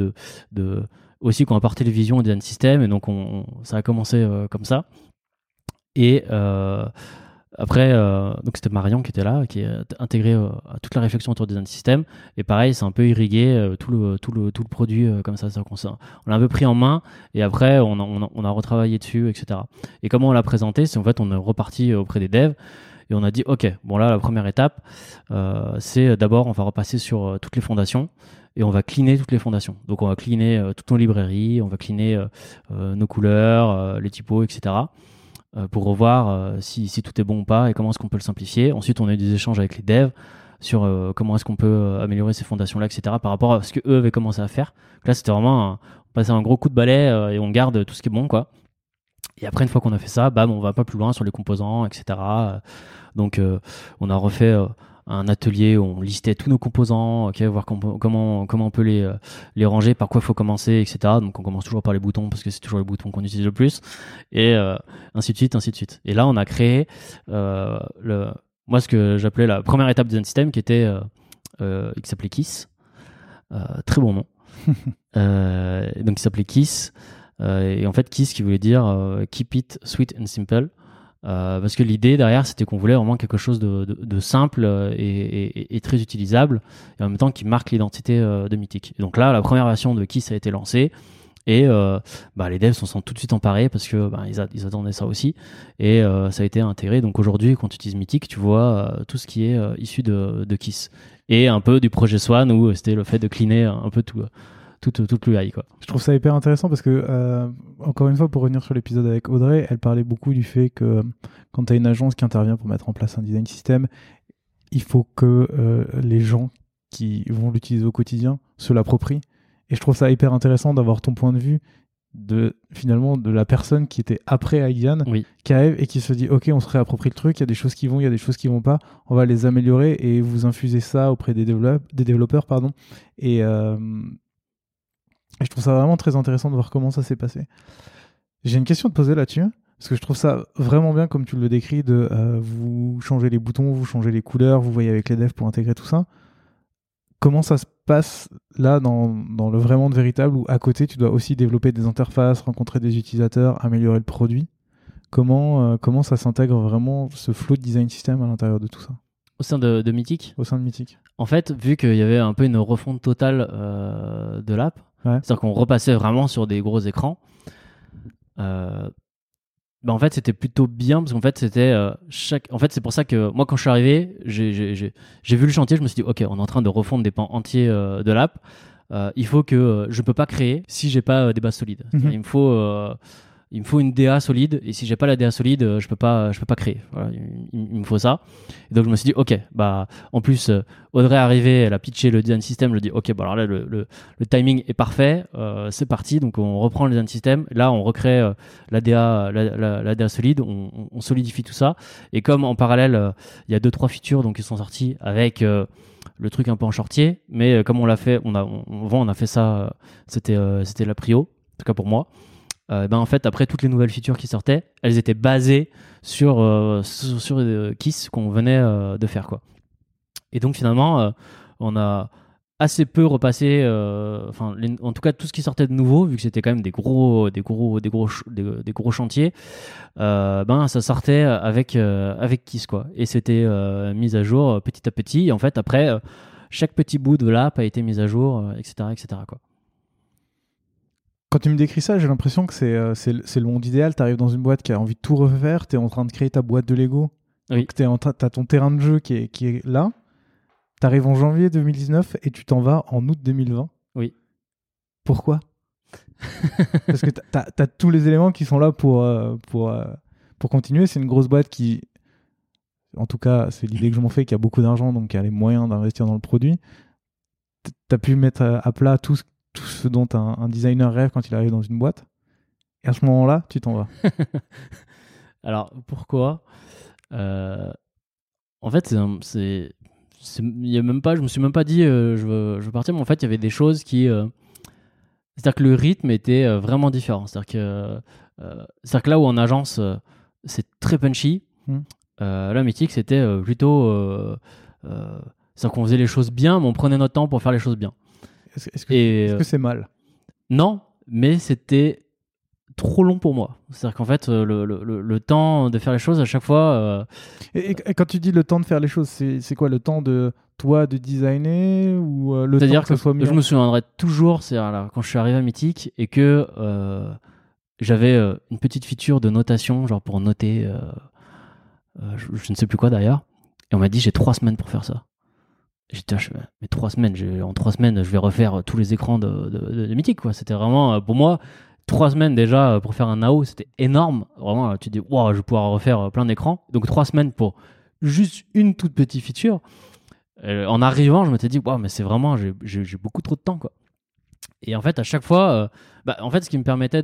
aussi qu'on a apporté les visions au design system, et donc ça a commencé comme ça. Et après, donc c'était Marion qui était là, qui est intégré à toute la réflexion autour du design system. Et pareil, c'est un peu irrigué tout le produit comme ça. On l'a un peu pris en main, et après on a retravaillé dessus, etc. Et comment on l'a présenté, c'est en fait on est reparti auprès des devs et on a dit ok, bon là la première étape, c'est d'abord on va repasser sur toutes les fondations. Et on va cleaner toutes les fondations. Donc on va cleaner toutes nos librairies, on va cleaner nos couleurs, les typos, etc. Pour revoir si tout est bon ou pas et comment est-ce qu'on peut le simplifier. Ensuite, on a eu des échanges avec les devs sur comment est-ce qu'on peut améliorer ces fondations-là, etc. par rapport à ce qu'eux avaient commencé à faire. Donc là, c'était vraiment passer un gros coup de balai et on garde tout ce qui est bon, quoi. Et après, une fois qu'on a fait ça, on va pas plus loin sur les composants, etc. Donc, on a refait un atelier où on listait tous nos composants, voir comment on peut les ranger, par quoi il faut commencer, etc. Donc on commence toujours par les boutons parce que c'est toujours les boutons qu'on utilise le plus, et ainsi de suite, ainsi de suite. Et là, on a créé moi ce que j'appelais la première étape du design system, qui s'appelait KISS. Très bon nom. Donc il s'appelait KISS. Et en fait, KISS qui voulait dire Keep it sweet and simple. Parce que l'idée derrière, c'était qu'on voulait vraiment quelque chose de simple et très utilisable, et en même temps qui marque l'identité de Mythic. Et donc là, la première version de KISS a été lancée, et les devs s'en sont tout de suite emparés parce que ils attendaient ça aussi, et ça a été intégré. Donc aujourd'hui, quand tu utilises Mythic, tu vois tout ce qui est issu de KISS, et un peu du projet Swan, où c'était le fait de cleaner un peu toute l'UI, quoi. Je trouve ça hyper intéressant parce que, encore une fois, pour revenir sur l'épisode avec Audrey, elle parlait beaucoup du fait que quand tu as une agence qui intervient pour mettre en place un design system, il faut que les gens qui vont l'utiliser au quotidien se l'approprient. Et je trouve ça hyper intéressant d'avoir ton point de vue finalement de la personne qui était après Aigan, Oui. qui arrive et qui se dit ok, on se réapproprie le truc, il y a des choses qui vont, il y a des choses qui vont pas, on va les améliorer, et vous infusez ça auprès des développeurs, et je trouve ça vraiment très intéressant de voir comment ça s'est passé. J'ai une question à te poser là-dessus, parce que je trouve ça vraiment bien comme tu le décris, vous changez les boutons, vous changez les couleurs, vous voyez avec les devs pour intégrer tout ça. Comment ça se passe là dans le vrai monde véritable, où à côté tu dois aussi développer des interfaces, rencontrer des utilisateurs, améliorer le produit? Comment ça s'intègre vraiment, ce flow de design system à l'intérieur de tout ça? Au sein de Mythic? Au sein de Mythic. En fait, vu qu'il y avait un peu une refonte totale de l'app, c'est-à-dire qu'on repassait vraiment sur des gros écrans, en fait c'était plutôt bien, parce qu'en fait c'était en fait c'est pour ça que moi quand je suis arrivé, j'ai vu le chantier, je me suis dit ok, on est en train de refondre des pans entiers de l'app, il faut que je peux pas créer si j'ai pas des bases solides. Il me faut une DA solide, et si j'ai pas la DA solide, je peux pas créer. Voilà, il me faut ça. Et donc je me suis dit ok, en plus Audrey est arrivée, elle a pitché le design system, je dis ok, alors là le timing est parfait, c'est parti. Donc on reprend le design system, là on recrée la DA solide, on solidifie tout ça, et comme en parallèle il y a 2-3 features donc qui sont sorties avec le truc un peu en shortier, mais comme on l'a fait, on a fait ça, c'était la prio, en tout cas pour moi. En fait, après toutes les nouvelles features qui sortaient, elles étaient basées sur Kiss qu'on venait de faire, quoi. Et donc finalement, on a assez peu repassé, en tout cas tout ce qui sortait de nouveau, vu que c'était quand même des gros chantiers, ça sortait avec Kiss, quoi. Et c'était mis à jour petit à petit. Et en fait, après, chaque petit bout de l'app a été mis à jour, etc., quoi. Quand tu me décris ça, j'ai l'impression que c'est le monde idéal. Tu arrives dans une boîte qui a envie de tout refaire, tu es en train de créer ta boîte de Lego. Oui. Tu as ton terrain de jeu qui est là. Tu arrives en janvier 2019 et tu t'en vas en août 2020. Oui. Pourquoi ? Parce que tu as tous les éléments qui sont là pour continuer. C'est une grosse boîte qui, en tout cas, c'est l'idée que je m'en fais, qui a beaucoup d'argent, donc qui a les moyens d'investir dans le produit. Tu as pu mettre à plat tout ce dont un designer rêve quand il arrive dans une boîte. Et à ce moment-là, tu t'en vas. Alors, pourquoi ? En fait, il y a même pas, je me suis même pas dit je veux partir, mais en fait, il y avait des choses qui... c'est-à-dire que le rythme était vraiment différent. C'est-à-dire que là où en agence, c'est très punchy, là, Mythic, c'était plutôt... c'est-à-dire qu'on faisait les choses bien, mais on prenait notre temps pour faire les choses bien. Est-ce que c'est mal ? Non, mais c'était trop long pour moi. C'est-à-dire qu'en fait, le temps de faire les choses à chaque fois... Et quand tu dis le temps de faire les choses, c'est quoi, le temps de toi de designer ou le C'est-à-dire temps que ça soit mieux ? Je me souviendrai toujours, c'est-à-dire quand je suis arrivé à Mythic et que j'avais une petite feature de notation, genre pour noter, je ne sais plus quoi d'ailleurs, et on m'a dit j'ai 3 semaines pour faire ça. J'étais là, mais 3 semaines, en 3 semaines, je vais refaire tous les écrans de Mythic, quoi. C'était vraiment, pour moi, 3 semaines déjà pour faire un AO, c'était énorme. Vraiment, tu te dis, wow, je vais pouvoir refaire plein d'écrans. Donc 3 semaines pour juste une toute petite feature. En arrivant, je m'étais dit, wow, mais c'est vraiment, j'ai beaucoup trop de temps, quoi. Et en fait, à chaque fois, en fait, ce qui me permettait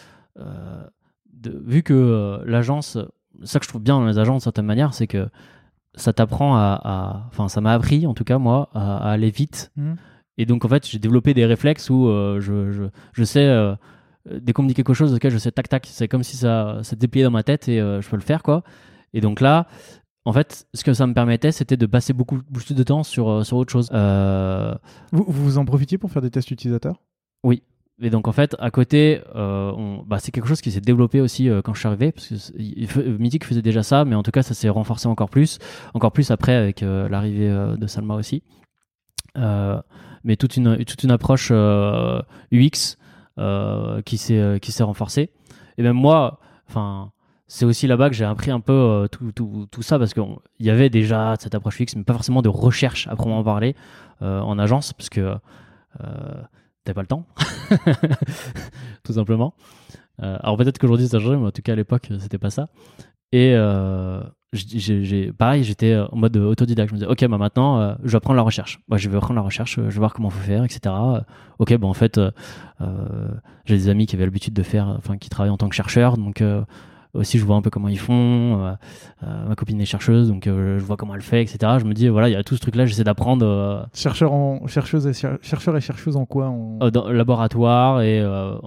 vu que l'agence, ça que je trouve bien dans les agences de certaine manière, c'est que ça t'apprend enfin, ça m'a appris, en tout cas, moi, à aller vite. Et donc, en fait, j'ai développé des réflexes où je sais, dès qu'on me dit quelque chose, je sais tac, c'est comme si ça dépliait dans ma tête et je peux le faire, quoi. Et donc là, en fait, ce que ça me permettait, c'était de passer beaucoup plus de temps sur autre chose. Vous en profitiez pour faire des tests utilisateurs ? Oui. Et donc, en fait, à côté, c'est quelque chose qui s'est développé aussi quand je suis arrivé, parce que Mythic faisait déjà ça, mais en tout cas, ça s'est renforcé encore plus après avec l'arrivée de Salma aussi. Mais toute une approche UX qui s'est renforcée. Et même moi, enfin, c'est aussi là-bas que j'ai appris un peu tout ça, parce qu'il y avait déjà cette approche UX, mais pas forcément de recherche à proprement parler en agence, parce que t'avais pas le temps, tout simplement. Alors peut-être qu'aujourd'hui ça a changé, mais en tout cas à l'époque c'était pas ça. Et pareil, j'étais en mode autodidacte. Je me disais, ok, maintenant je vais apprendre la recherche. Je vais apprendre la recherche, je vais voir comment faut faire, etc. Ok, en fait, j'ai des amis qui avaient l'habitude de faire, qui travaillent en tant que chercheurs, donc aussi je vois un peu comment ils font. Ma copine est chercheuse, donc je vois comment elle fait, etc. Je me dis, voilà, il y a tout ce truc-là, j'essaie d'apprendre. Chercheurs et chercheuses en quoi dans le laboratoire et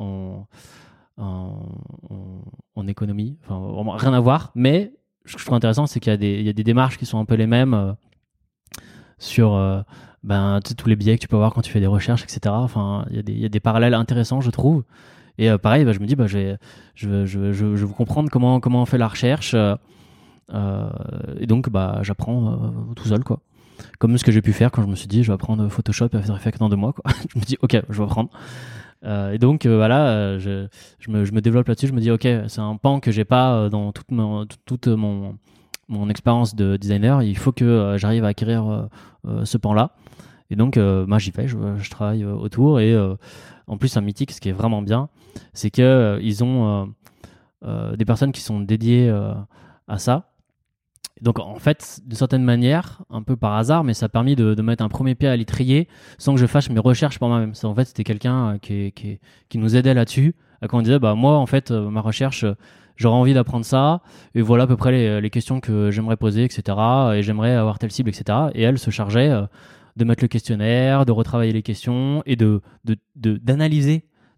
en économie, enfin vraiment rien à voir, mais ce que je trouve intéressant, c'est qu'il y a des démarches qui sont un peu les mêmes sur tous les biais que tu peux avoir quand tu fais des recherches, etc. Enfin, il y a des parallèles intéressants, je trouve. Et pareil, je me dis, je veux comprendre comment on fait la recherche, et donc j'apprends tout seul, quoi. Comme ce que j'ai pu faire quand je me suis dit, je vais apprendre Photoshop et After Effects dans 2 mois, quoi. Je me dis, ok, je vais apprendre. Et donc je me développe là-dessus. Je me dis, ok, c'est un pan que j'ai pas dans toute mon expérience de designer. Il faut que j'arrive à acquérir ce pan-là. Et donc j'y vais, je travaille autour. Et en plus, un Mythic, ce qui est vraiment bien, c'est que ils ont des personnes qui sont dédiées à ça. Donc en fait, d'une certaine manière, un peu par hasard, mais ça a permis de mettre un premier pied à l'étrier sans que je fasse mes recherches par moi-même. En fait, c'était quelqu'un qui nous aidait là-dessus. Quand on disait, moi, en fait, ma recherche, j'aurais envie d'apprendre ça, et voilà à peu près les questions que j'aimerais poser, etc. Et j'aimerais avoir telle cible, etc. Et elle se chargeait de mettre le questionnaire, de retravailler les questions et d'analyser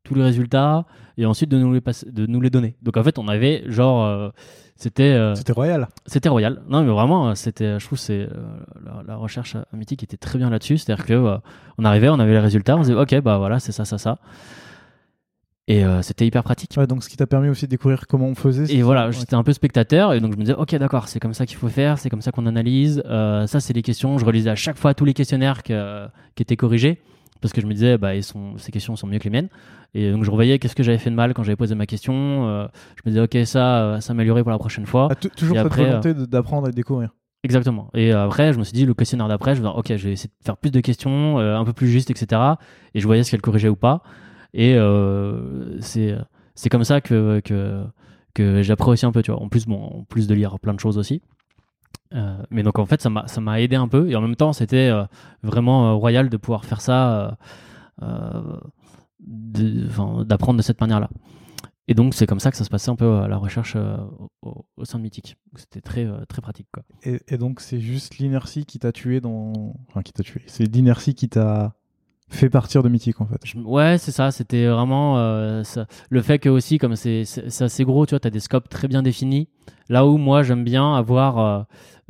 tous les résultats et ensuite de nous les donner. Donc en fait, on avait genre c'était royal. C'était royal. Non, mais vraiment, je trouve c'est la recherche à Mythic était très bien là-dessus. C'est-à-dire que on arrivait, on avait les résultats, on se disait ok, bah voilà, c'est ça. Et c'était hyper pratique. Ouais, donc ce qui t'a permis aussi de découvrir comment on faisait. Et voilà, j'étais un peu spectateur et donc je me disais ok, d'accord, c'est comme ça qu'il faut faire, c'est comme ça qu'on analyse. Ça, c'est les questions. Je relisais à chaque fois tous les questionnaires qui étaient corrigés parce que je me disais ces questions sont mieux que les miennes. Et donc je revoyais qu'est-ce que j'avais fait de mal quand j'avais posé ma question. Je me disais ok, ça s'améliorer pour la prochaine fois. Toujours et cette après, volonté d'apprendre et de découvrir. Exactement. Et après, je me suis dit, le questionnaire d'après, je vais dire, ok, je vais essayer de faire plus de questions, un peu plus justes, etc. Et je voyais ce qu'elle corrigeait ou pas. Et c'est comme ça que j'apprends aussi un peu, tu vois. En plus de lire plein de choses aussi. Mais donc, en fait, ça m'a aidé un peu. Et en même temps, c'était vraiment royal de pouvoir faire ça, d'apprendre de cette manière-là. Et donc, c'est comme ça que ça se passait un peu à la recherche au sein de Mythic. C'était très, très pratique, quoi. Et donc, c'est juste l'inertie qui t'a tué Enfin, qui t'a tué. C'est l'inertie qui t'a fait partir de Mythic, en fait. Ouais, c'est ça. C'était vraiment le fait que aussi, comme c'est assez gros, tu vois, t'as des scopes très bien définis. Là où moi, j'aime bien avoir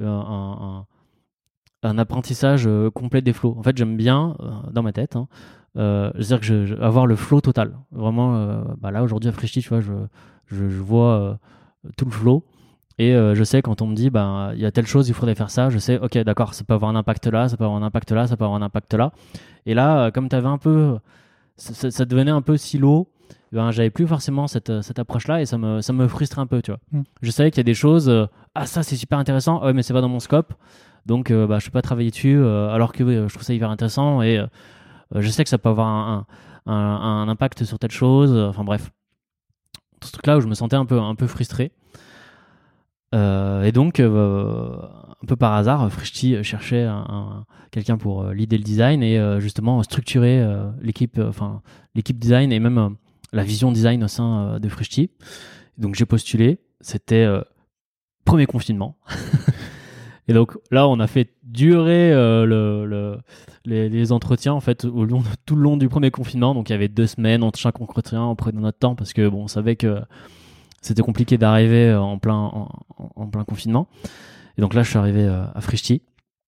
un apprentissage complet des flows. En fait, j'aime bien, dans ma tête, c'est-à-dire que avoir le flow total. Vraiment, là, aujourd'hui, à Frishti, tu vois, je vois tout le flow. Et je sais quand on me dit, il y a telle chose, il faudrait faire ça, je sais, ok, d'accord, ça peut avoir un impact là, ça peut avoir un impact là, ça peut avoir un impact là. Et là, comme tu avais un peu, ça devenait un peu silo, j'avais plus forcément cette approche-là et ça me frustrait un peu, tu vois. Je savais qu'il y a des choses, ça c'est super intéressant, ouais, mais c'est pas dans mon scope, donc je peux pas travailler dessus, alors que je trouve ça hyper intéressant et je sais que ça peut avoir un impact sur telle chose, enfin bref. Ce truc-là où je me sentais un peu frustré. Et donc, un peu par hasard, Frishti cherchait quelqu'un pour leader le design et justement structurer l'équipe design et même la vision design au sein de Frishti. Donc, j'ai postulé. C'était premier confinement. Et donc là, on a fait durer les entretiens en fait tout le long du premier confinement. Donc, il y avait 2 semaines entre chaque entretien. On prenait notre temps parce que on savait que c'était compliqué d'arriver en plein confinement. Et donc là, je suis arrivé à Frishti.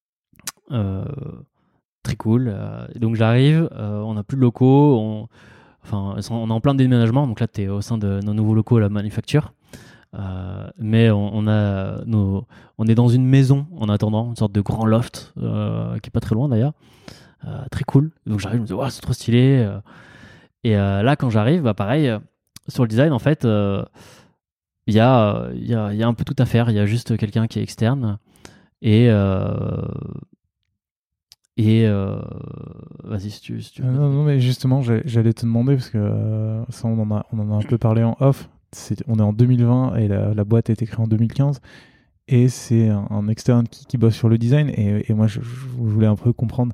Très cool. Et donc j'arrive, on n'a plus de locaux, on est en plein déménagement. Donc là, tu es au sein de nos nouveaux locaux, la manufacture. Mais on est dans une maison en attendant, une sorte de grand loft qui est pas très loin d'ailleurs. Très cool. Donc j'arrive, je me dis, wow, c'est trop stylé. Et là, quand j'arrive, pareil, sur le design, en fait, il y a un peu tout à faire. Il y a juste quelqu'un qui est externe. Et vas-y, si tu veux. Non, mais justement, j'allais te demander, parce que ça, on en a un peu parlé en off. On est en 2020 et la boîte a été créée en 2015. Et c'est un externe qui bosse sur le design. Et moi, je voulais un peu comprendre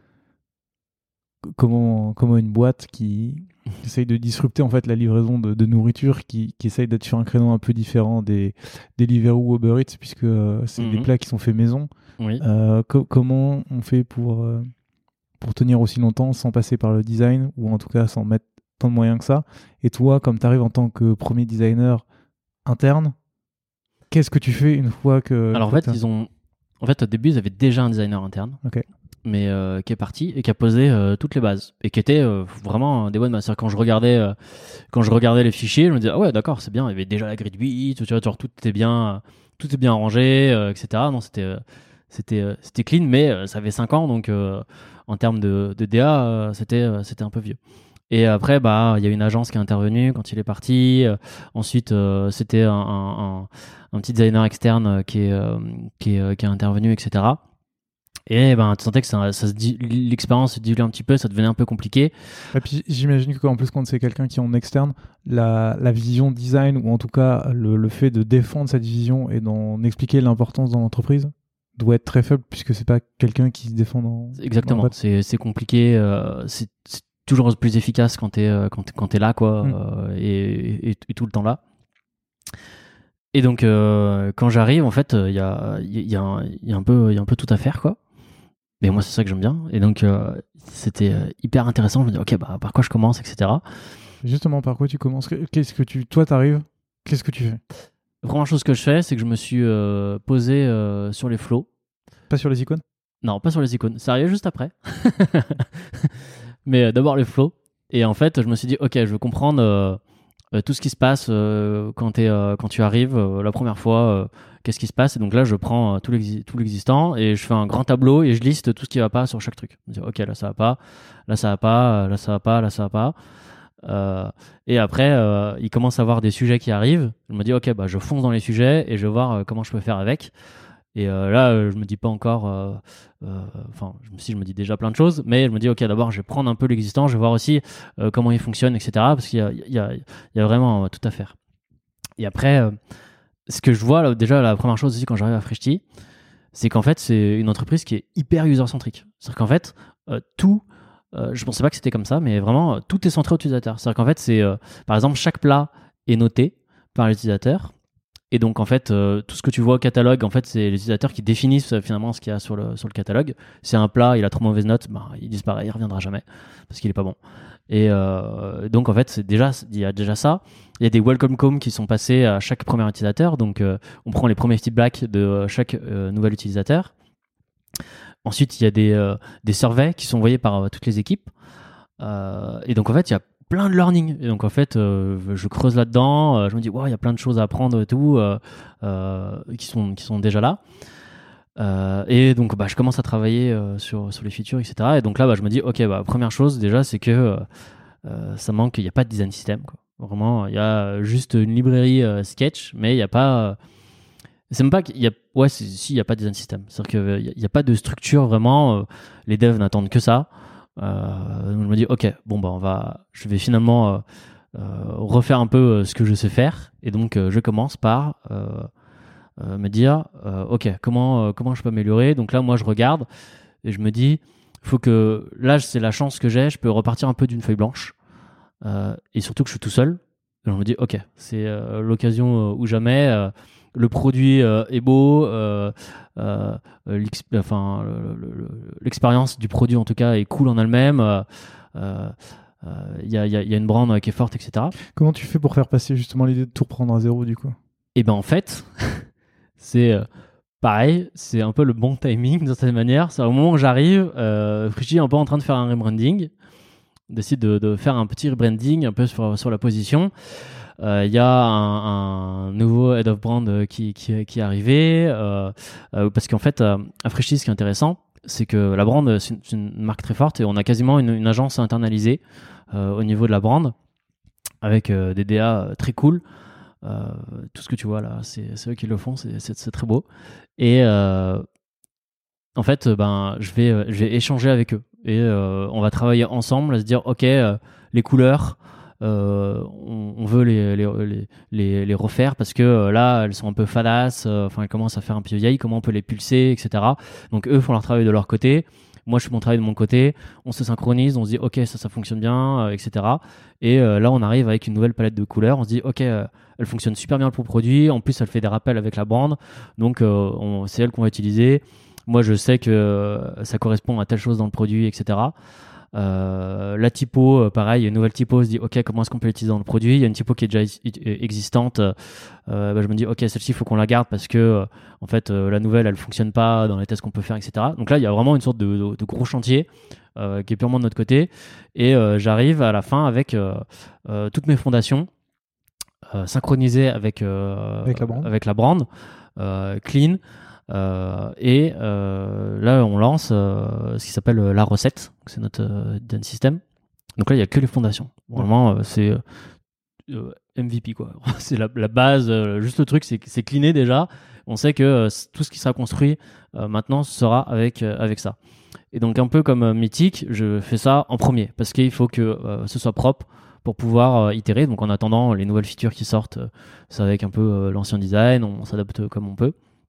comment une boîte qui essaye de disrupter en fait la livraison de nourriture, qui essaye d'être sur un créneau un peu différent des Deliveroo ou Uber Eats, puisque c'est des plats qui sont faits maison. Oui. Comment on fait pour tenir aussi longtemps sans passer par le design, ou en tout cas sans mettre tant de moyens que ça? Et toi, comme tu arrives en tant que premier designer interne, qu'est-ce que tu fais une fois que... Alors en fait, au début, ils avaient déjà un designer interne. Ok. Mais qui est parti et qui a posé toutes les bases et qui était vraiment des bonnes bases. C'est-à-dire, quand je regardais les fichiers, je me disais ah ouais, d'accord, c'est bien, il y avait déjà la grille de 8, tu vois, genre, tout est bien rangé, etc. Non, c'était clean, mais ça avait 5 ans, donc en termes de DA, c'était un peu vieux. Et après, il y a une agence qui est intervenue quand il est parti. Ensuite, c'était un petit designer externe qui est intervenu, etc. Et tu sentais que l'expérience se diluait un petit peu, ça devenait un peu compliqué. Et puis j'imagine qu'en plus, quand c'est quelqu'un qui est en externe, la vision design, ou en tout cas le fait de défendre cette vision et d'en expliquer l'importance dans l'entreprise, doit être très faible, puisque c'est pas quelqu'un qui se défend dans... Exactement, c'est compliqué, c'est toujours plus efficace quand t'es là, quoi, et tout le temps là. Et donc quand j'arrive, en fait, il y a un peu tout à faire, quoi. Mais moi, c'est ça que j'aime bien. Et donc, c'était hyper intéressant. Je me dis, ok, par quoi je commence, etc. Justement, par quoi tu commences? Toi, t'arrives, qu'est-ce que tu fais? La première chose que je fais, c'est que je me suis posé sur les flows. Pas sur les icônes? Non, pas sur les icônes. Ça arrive juste après. Mais d'abord les flows. Et en fait, je me suis dit, ok, je veux comprendre tout ce qui se passe quand tu arrives la première fois. Qu'est-ce qui se passe? Et donc là, je prends tout l'existant et je fais un grand tableau et je liste tout ce qui va pas sur chaque truc. Je me dis, ok, là ça va pas, là ça va pas, là ça va pas, là ça va pas. Et après, il commence à avoir des sujets qui arrivent. Je me dis, ok, bah je fonce dans les sujets et je vais voir comment je peux faire avec. Et là, je me dis pas encore. Enfin, je me dis déjà plein de choses, mais je me dis, ok, d'abord, je vais prendre un peu l'existant, je vais voir aussi comment il fonctionne, etc. Parce qu'il y a vraiment tout à faire. Et après, ce que je vois, là, déjà, la première chose aussi quand j'arrive à Frishti, c'est qu'en fait, c'est une entreprise qui est hyper user-centrique. C'est-à-dire qu'en fait, tout. Je pensais pas que c'était comme ça, mais vraiment, tout est centré au utilisateur. C'est-à-dire qu'en fait, par exemple, chaque plat est noté par l'utilisateur. Et donc, en fait, tout ce que tu vois au catalogue, en fait, c'est les utilisateurs qui définissent finalement ce qu'il y a sur le catalogue. Si un plat, il a trop mauvaise note, bah, il disparaît, il reviendra jamais parce qu'il est pas bon. Et donc, en fait, il y a déjà ça. Il y a des welcome comms qui sont passés à chaque premier utilisateur. Donc, on prend les premiers feedbacks de chaque nouvel utilisateur. Ensuite, il y a des surveys qui sont envoyés par toutes les équipes. Et donc, en fait, il y a plein de learning. Et donc, en fait, je creuse là-dedans. Je me dis, wow, il y a plein de choses à apprendre et tout, qui sont déjà là. Et donc, bah, je commence à travailler sur les features, etc. Et donc là, bah, je me dis, ok, bah, première chose, déjà, c'est que ça manque, il n'y a pas de design system, quoi. Vraiment, il y a juste une librairie Sketch, mais il n'y a pas. C'est même pas qu'il y a. Ouais, si, il n'y a pas de design system. C'est-à-dire qu'il n'y a pas de structure vraiment. Les devs n'attendent que ça. Donc je me dis, ok, bon, bah, je vais finalement refaire un peu ce que je sais faire. Et donc, je commence par me dire, ok, comment je peux améliorer? Donc là, moi, je regarde et je me dis, faut que. Là, c'est la chance que j'ai. Je peux repartir un peu d'une feuille blanche. Et surtout que je suis tout seul. Et on me dit, ok, c'est l'occasion ou jamais. Le produit est beau, l'expérience du produit en tout cas est cool en elle-même. Il y a une brand qui est forte, etc. Comment tu fais pour faire passer justement l'idée de tout reprendre à zéro du coup? Et ben en fait, c'est pareil, c'est un peu le bon timing de cette manière. C'est au moment où j'arrive, Frishti est un peu en train de faire un rebranding. On décide de faire un petit rebranding un peu sur la position. Il y a un nouveau head of brand qui est arrivé parce qu'en fait à Frishti, ce qui est intéressant, c'est que la brand c'est une marque très forte et on a quasiment une agence internalisée au niveau de la brand avec des DA très cool. Tout ce que tu vois là, c'est eux qui le font, c'est très beau. Et en fait, je vais échanger avec eux et on va travailler ensemble à se dire, ok, les couleurs. On veut les refaire parce que là elles sont un peu fadas, elles commencent à faire un peu vieilles, comment on peut les pulser, etc. Donc eux font leur travail de leur côté, moi je fais mon travail de mon côté, on se synchronise, on se dit ok ça fonctionne bien, etc. Et là on arrive avec une nouvelle palette de couleurs, on se dit ok elle fonctionne super bien pour le produit, en plus elle fait des rappels avec la brand, donc c'est elle qu'on va utiliser. Moi je sais que ça correspond à telle chose dans le produit, etc. La typo, pareil, il y a une nouvelle typo, on se dit ok comment est-ce qu'on peut l'utiliser dans le produit. Il y a une typo qui est déjà existante, je me dis ok celle-ci il faut qu'on la garde parce que en fait la nouvelle elle fonctionne pas dans les tests qu'on peut faire, etc. Donc là il y a vraiment une sorte de gros chantier qui est purement de notre côté et j'arrive à la fin avec toutes mes fondations synchronisées avec la brand clean. Là on lance ce qui s'appelle la recette, c'est notre design system. Donc là il y a que les fondations, vraiment c'est MVP quoi. C'est la base, juste le truc c'est cleané déjà, on sait que tout ce qui sera construit maintenant sera avec ça. Et donc un peu comme Mythic, je fais ça en premier parce qu'il faut que ce soit propre pour pouvoir itérer. Donc en attendant les nouvelles features qui sortent, c'est avec un peu l'ancien design, on s'adapte comme on peut.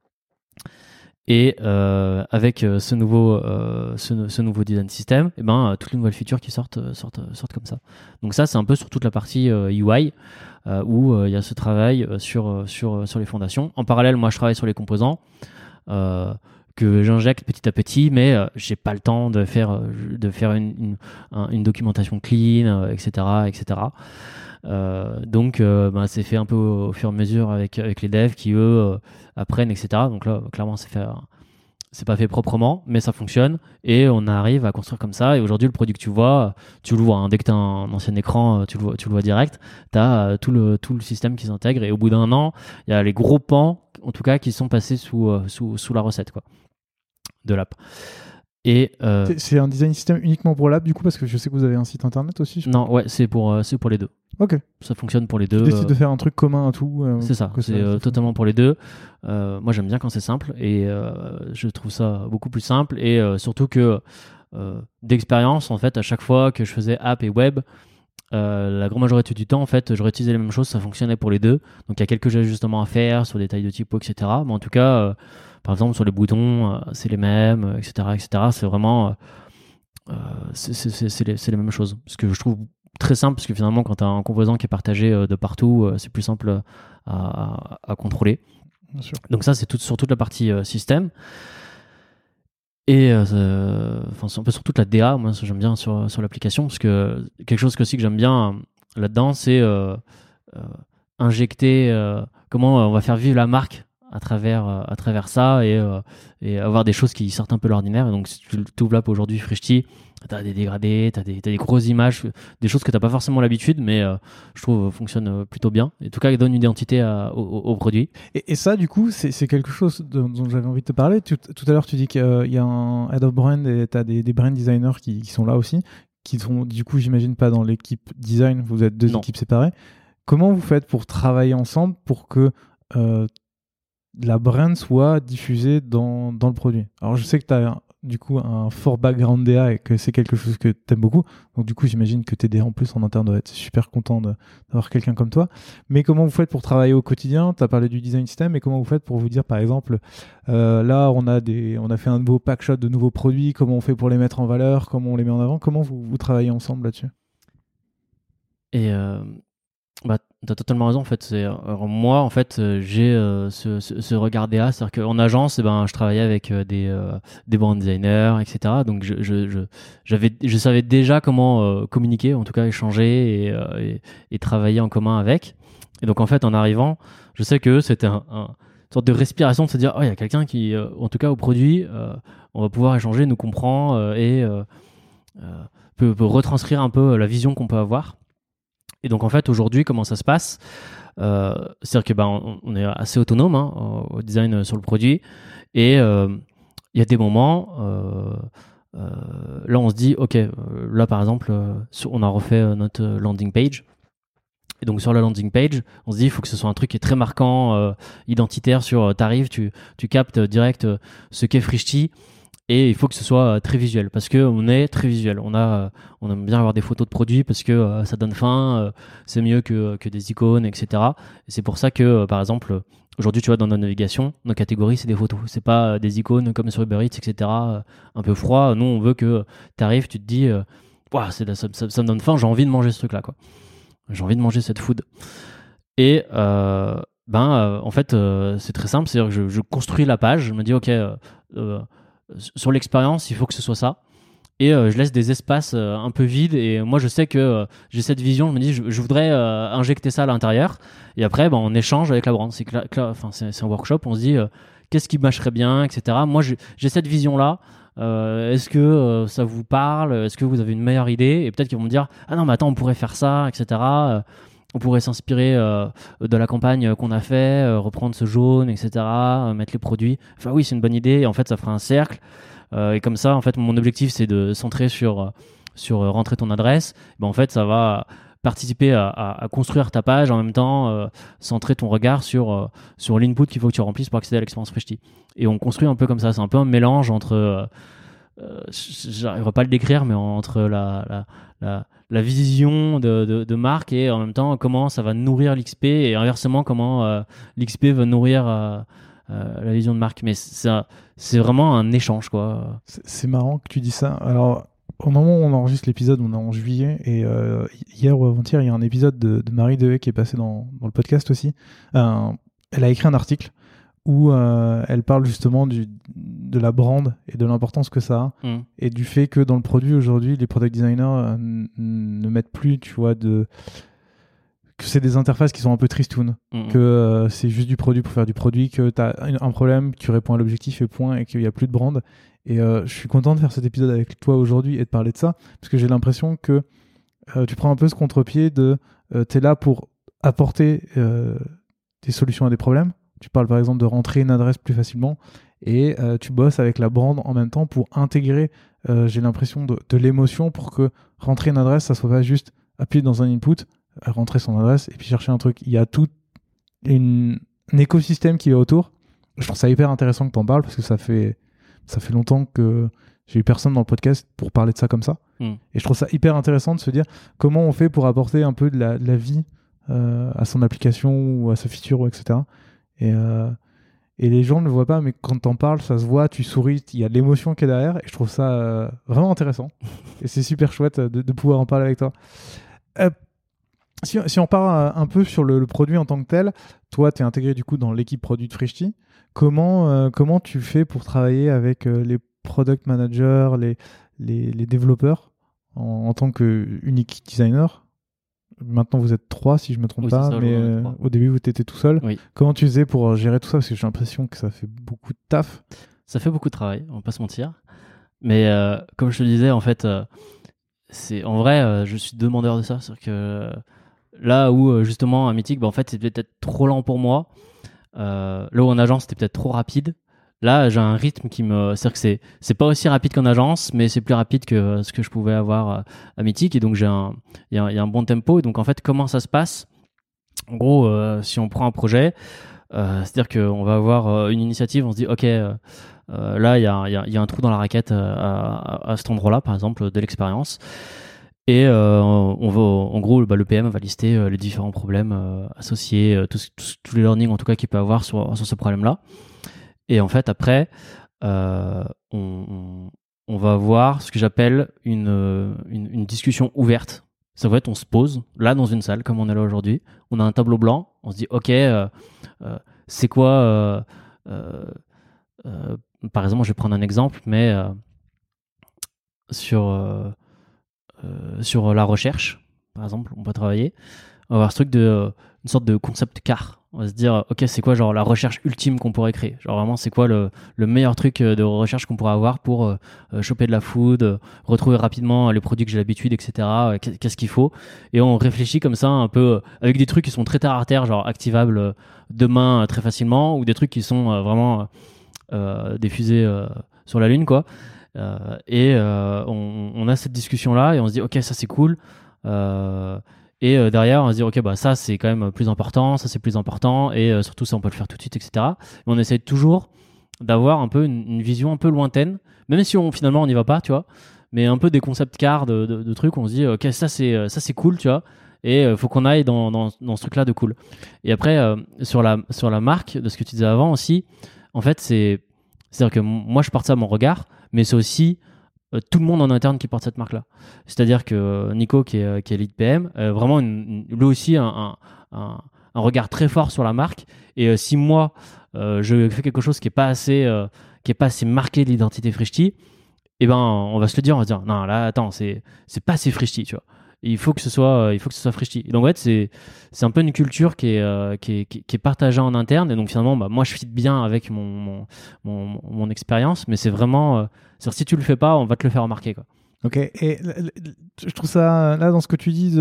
Et avec ce nouveau design system, toutes les nouvelles features qui sortent comme ça. Donc ça, c'est un peu sur toute la partie UI où il y a ce travail sur les fondations. En parallèle, moi, je travaille sur les composants que j'injecte petit à petit, mais j'ai pas le temps de faire une documentation clean, etc., etc. Donc, c'est fait un peu au fur et à mesure avec les devs qui eux apprennent, etc. Donc là, clairement, c'est pas fait proprement, mais ça fonctionne et on arrive à construire comme ça. Et aujourd'hui, le produit que tu le vois, hein. Dès que tu as un ancien écran, tu le vois direct. Tu as tout le système qui s'intègre et au bout d'un an, il y a les gros pans, en tout cas, qui sont passés sous la recette quoi, de l'app. Et c'est un design system uniquement pour l'app du coup, parce que je sais que vous avez un site internet aussi. Non, ouais, c'est pour les deux. Ok. Ça fonctionne pour les deux. Tu décides de faire un truc commun à tout. C'est ça, c'est totalement pour les deux. Moi, j'aime bien quand c'est simple et je trouve ça beaucoup plus simple et surtout que d'expérience, en fait, à chaque fois que je faisais app et web, la grande majorité du temps, en fait, j'aurais utilisé les mêmes choses, ça fonctionnait pour les deux. Donc, il y a quelques ajustements à faire sur des tailles de typo, etc. Mais en tout cas, par exemple, sur les boutons, c'est les mêmes, etc., etc. C'est vraiment... c'est les mêmes choses. Ce que je trouve très simple, parce que finalement, quand tu as un composant qui est partagé de partout, c'est plus simple à contrôler. Bien sûr. Donc ça, c'est sur toute la partie système. Et c'est un peu sur toute la DA, moi, ça, j'aime bien sur l'application, parce que quelque chose aussi que j'aime bien là-dedans, c'est injecter comment on va faire vivre la marque à travers ça et avoir des choses qui sortent un peu de l'ordinaire. Et donc, si tu ouvres l'app aujourd'hui, Frishti, tu as des dégradés, tu as des grosses images, des choses que tu n'as pas forcément l'habitude, mais je trouve fonctionnent plutôt bien. Et en tout cas, ils donnent une identité au produit. Et ça, du coup, c'est quelque chose dont j'avais envie de te parler. Tout à l'heure, tu dis qu'il y a un head of brand et tu as des brand designers qui sont là aussi, qui sont, du coup, j'imagine, pas dans l'équipe design, vous êtes deux équipes séparées. Comment vous faites pour travailler ensemble pour que la brand soit diffusée dans le produit? Alors, je sais que tu as du coup un fort background DA et que c'est quelque chose que tu aimes beaucoup. Donc, du coup, j'imagine que tes DA en plus en interne doivent être super contents d'avoir quelqu'un comme toi. Mais comment vous faites pour travailler au quotidien? Tu as parlé du design system, et comment vous faites pour vous dire, par exemple, là, on a fait un nouveau pack shot de nouveaux produits, comment on fait pour les mettre en valeur, comment on les met en avant? Comment vous travaillez ensemble là-dessus? Et t'as totalement raison en fait. Moi en fait j'ai ce regard DA, c'est-à-dire qu'en agence je travaillais avec des brand designers, etc. Donc je savais déjà comment communiquer, en tout cas échanger et travailler en commun avec. Et donc en fait en arrivant, je sais que c'était une sorte de respiration de se dire oh il y a quelqu'un qui en tout cas au produit on va pouvoir échanger, nous comprend et peut retranscrire un peu la vision qu'on peut avoir. Et donc en fait aujourd'hui comment ça se passe, c'est-à-dire que on est assez autonome au design sur le produit et il y a des moments là on se dit ok là par exemple on a refait notre landing page et donc sur la landing page on se dit il faut que ce soit un truc qui est très marquant, identitaire sur t'arrives, tu captes direct ce qu'est Frishti. Et il faut que ce soit très visuel, parce qu'on est très visuel. On aime bien avoir des photos de produits parce que ça donne faim, c'est mieux que des icônes, etc. Et c'est pour ça que, par exemple, aujourd'hui, tu vois, dans notre navigation, nos catégories, c'est des photos. C'est pas des icônes comme sur Uber Eats, etc. Un peu froid. Nous, on veut que tu arrives, tu te dis, wow, ça me donne faim, j'ai envie de manger ce truc-là, quoi. J'ai envie de manger cette food. Et en fait, c'est très simple. C'est-à-dire que je construis la page, je me dis, ok, sur l'expérience, il faut que ce soit ça. Et je laisse des espaces un peu vides. Et moi, je sais que j'ai cette vision. Je me dis, je voudrais injecter ça à l'intérieur. Et après, on échange avec la brand. C'est un workshop. On se dit, qu'est-ce qui marcherait bien, etc. Moi, j'ai cette vision-là. Est-ce que ça vous parle? Est-ce que vous avez une meilleure idée? Et peut-être qu'ils vont me dire, ah non, mais attends, on pourrait faire ça, etc. On pourrait s'inspirer de la campagne qu'on a fait, reprendre ce jaune, etc., mettre les produits. Enfin oui, c'est une bonne idée. Et en fait, ça fera un cercle. Et comme ça, en fait, mon objectif, c'est de centrer sur rentrer ton adresse. En fait, ça va participer à construire ta page, en même temps centrer ton regard sur l'input qu'il faut que tu remplisses pour accéder à l'expérience Frishti. Et on construit un peu comme ça. C'est un peu un mélange entre... j'arriverai pas à le décrire, mais entre la vision de marque et en même temps comment ça va nourrir l'XP et inversement comment l'XP va nourrir la vision de marque. Mais c'est vraiment un échange, quoi. C'est marrant que tu dis ça. Alors au moment où on enregistre l'épisode, on est en juillet et hier ou avant-hier il y a un épisode de Marie Dehaye qui est passé dans le podcast aussi. Elle a écrit un article où elle parle justement de la brand et de l'importance que ça a et du fait que dans le produit aujourd'hui, les product designers ne mettent plus, tu vois, que c'est des interfaces qui sont un peu tristounes, que c'est juste du produit pour faire du produit, que tu as un problème, tu réponds à l'objectif et point, et qu'il n'y a plus de brand. Et je suis content de faire cet épisode avec toi aujourd'hui et de parler de ça, parce que j'ai l'impression que tu prends un peu ce contre-pied de tu es là pour apporter des solutions à des problèmes. Tu parles par exemple de rentrer une adresse plus facilement et tu bosses avec la brand en même temps pour intégrer, j'ai l'impression, de l'émotion pour que rentrer une adresse, ça soit pas juste appuyer dans un input, rentrer son adresse et puis chercher un truc. Il y a tout un écosystème qui va autour. Je trouve ça hyper intéressant que tu en parles parce que ça fait longtemps que j'ai eu personne dans le podcast pour parler de ça comme ça. Et je trouve ça hyper intéressant de se dire comment on fait pour apporter un peu de la vie à son application ou à sa feature, etc. Et les gens ne le voient pas, mais quand t'en parles, ça se voit, tu souris, il y a de l'émotion qui est derrière, et je trouve ça vraiment intéressant. Et c'est super chouette de pouvoir en parler avec toi. Si on part un peu sur le produit en tant que tel, toi, tu es intégré du coup dans l'équipe produit de Frishti. Comment tu fais pour travailler avec les product managers, les développeurs en tant que unique designer? Maintenant, vous êtes 3, si je ne me trompe pas, ça, mais au début, vous étiez tout seul. Oui. Comment tu faisais pour gérer tout ça? Parce que j'ai l'impression que ça fait beaucoup de taf. Ça fait beaucoup de travail, on va pas se mentir. Mais comme je te disais, en fait, en vrai, je suis demandeur de ça. C'est-à-dire que là où, justement, à Mythic, en fait, c'était peut-être trop lent pour moi. Là où en agence, c'était peut-être trop rapide. Là, j'ai un rythme c'est-à-dire que c'est pas aussi rapide qu'en agence, mais c'est plus rapide que ce que je pouvais avoir à Mythic. Et donc, il y a un bon tempo. Et donc, en fait, comment ça se passe? En gros, si on prend un projet, c'est-à-dire qu'on va avoir une initiative, on se dit, OK, là, il y a un trou dans la raquette à cet endroit-là, par exemple, de l'expérience. Et on va, en gros, le PM va lister les différents problèmes associés, tous les learnings en tout cas qu'il peut avoir sur ce problème-là. Et en fait, après, on va avoir ce que j'appelle une discussion ouverte. Ça va être, on se pose là dans une salle comme on est là aujourd'hui. On a un tableau blanc. On se dit, OK, c'est quoi par exemple, je vais prendre un exemple, mais sur la recherche, par exemple, on peut travailler. On va avoir ce truc une sorte de concept car. On va se dire, OK, c'est quoi genre la recherche ultime qu'on pourrait créer? Genre vraiment, c'est quoi le meilleur truc de recherche qu'on pourrait avoir pour choper de la food, retrouver rapidement les produits que j'ai l'habitude, etc. Qu'est-ce qu'il faut? Et on réfléchit comme ça un peu avec des trucs qui sont très terre à terre, genre activables demain très facilement, ou des trucs qui sont vraiment des fusées sur la Lune, quoi. On a cette discussion-là et on se dit, OK, ça c'est cool. Et derrière, on va se dire, OK, bah, ça, c'est quand même plus important, ça, c'est plus important, et surtout, ça, on peut le faire tout de suite, etc. Mais on essaie toujours d'avoir un peu une vision un peu lointaine, même si finalement, on n'y va pas, tu vois, mais un peu des concept cars de trucs où on se dit, OK, ça, c'est cool, tu vois, et il faut qu'on aille dans ce truc-là de cool. Et après, sur la marque, de ce que tu disais avant aussi, en fait, c'est-à-dire que moi, je porte ça à mon regard, mais c'est aussi tout le monde en interne qui porte cette marque-là. C'est-à-dire que Nico, qui est lead PM, vraiment, lui aussi, un regard très fort sur la marque. Et si moi, je fais quelque chose qui n'est pas assez marqué de l'identité Frishti, eh ben, on va se le dire, on va se dire, non, là, attends, c'est pas assez Frishti, tu vois. Il faut que ce soit Frishti. Et donc, en fait, c'est un peu une culture qui est partagée en interne. Et donc, finalement, bah, moi, je fit bien avec mon expérience, mais c'est vraiment, si tu le fais pas, on va te le faire remarquer, quoi. Ok. Et je trouve ça, là, dans ce que tu dis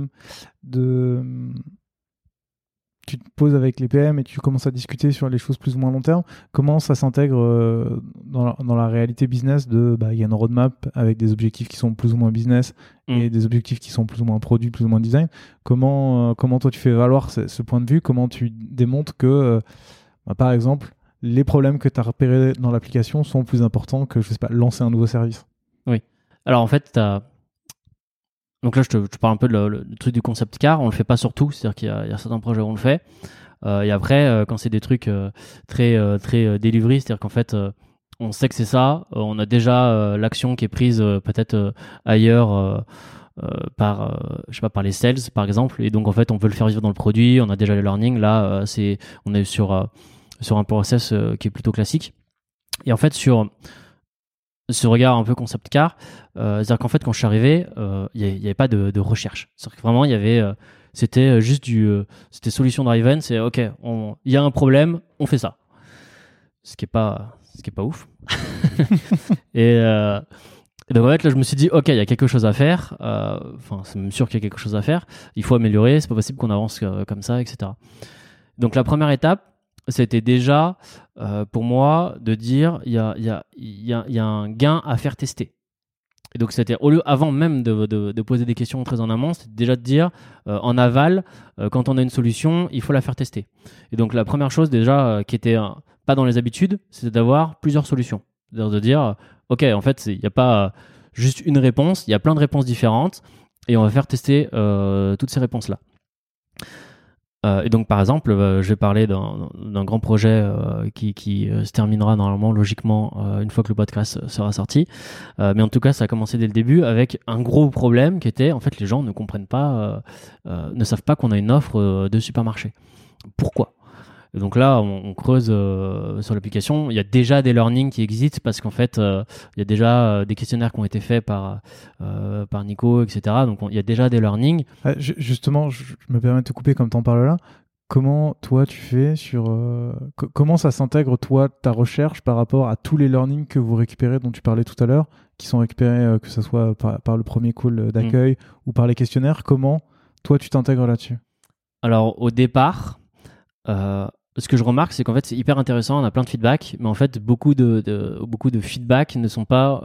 tu te poses avec les PM et tu commences à discuter sur les choses plus ou moins long terme. Comment ça s'intègre dans la réalité business il y a une roadmap avec des objectifs qui sont plus ou moins business et des objectifs qui sont plus ou moins produits, plus ou moins design. Comment toi tu fais valoir ce point de vue? Comment tu démontres que, par exemple, les problèmes que tu as repérés dans l'application sont plus importants que, je sais pas, lancer un nouveau service? Oui. Alors en fait, donc là, je te parle un peu le truc du concept car. On le fait pas sur tout, c'est-à-dire qu'il y a certains projets où on le fait. Et après, quand c'est des trucs très delivery, c'est-à-dire qu'en fait, on sait que c'est ça. On a déjà l'action qui est prise peut-être ailleurs je sais pas, par les sales, par exemple. Et donc, en fait, on veut le faire vivre dans le produit. On a déjà les learnings. Là, on est sur sur un process qui est plutôt classique. Et en fait, sur ce regard un peu concept car, c'est-à-dire qu'en fait, quand je suis arrivé, il n'y avait pas de recherche. C'est-à-dire que vraiment, il y avait, c'était juste c'était solution driven. C'est OK, il y a un problème, on fait ça. Ce qui est pas ouf. Et donc en fait, là, je me suis dit, OK, il y a quelque chose à faire. Enfin, c'est même sûr qu'il y a quelque chose à faire. Il faut améliorer. C'est pas possible qu'on avance comme ça, etc. Donc la première étape, c'était déjà pour moi de dire il y a un gain à faire tester. Et donc c'était avant même de poser des questions très en amont, c'était déjà de dire en aval, quand on a une solution, il faut la faire tester. Et donc la première chose déjà qui était pas dans les habitudes, c'était d'avoir plusieurs solutions. C'est-à-dire de dire OK, en fait, il n'y a pas juste une réponse, il y a plein de réponses différentes et on va faire tester toutes ces réponses-là. Et donc, par exemple, je vais parler d'un grand projet qui se terminera normalement, logiquement, une fois que le podcast sera sorti. Mais en tout cas, ça a commencé dès le début avec un gros problème qui était, en fait, les gens ne comprennent pas, ne savent pas qu'on a une offre de supermarché. Pourquoi ? Et donc là, on creuse sur l'application. Il y a déjà des learnings qui existent parce qu'en fait, il y a déjà des questionnaires qui ont été faits par Nico, etc. Donc il y a déjà des learnings. Justement, je me permets de te couper comme tu en parles là. Comment toi tu fais comment ça s'intègre toi ta recherche par rapport à tous les learnings que vous récupérez dont tu parlais tout à l'heure, qui sont récupérés que ce soit par le premier call d'accueil ou par les questionnaires. Comment toi tu t'intègres là-dessus ? Alors au départ. Ce que je remarque, c'est qu'en fait, c'est hyper intéressant, on a plein de feedback, mais en fait, beaucoup de feedback n'ont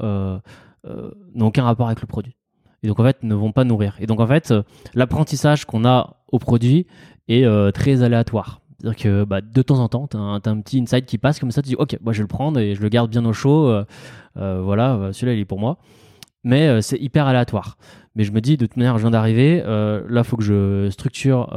aucun rapport avec le produit. Et donc, en fait, ne vont pas nourrir. Et donc, en fait, l'apprentissage qu'on a au produit est très aléatoire. C'est-à-dire que de temps en temps, tu as un petit insight qui passe comme ça, tu dis, OK, moi, je vais le prendre et je le garde bien au chaud. Voilà, celui-là, il est pour moi. Mais c'est hyper aléatoire. Mais je me dis, de toute manière, je viens d'arriver. Là, il faut que je structure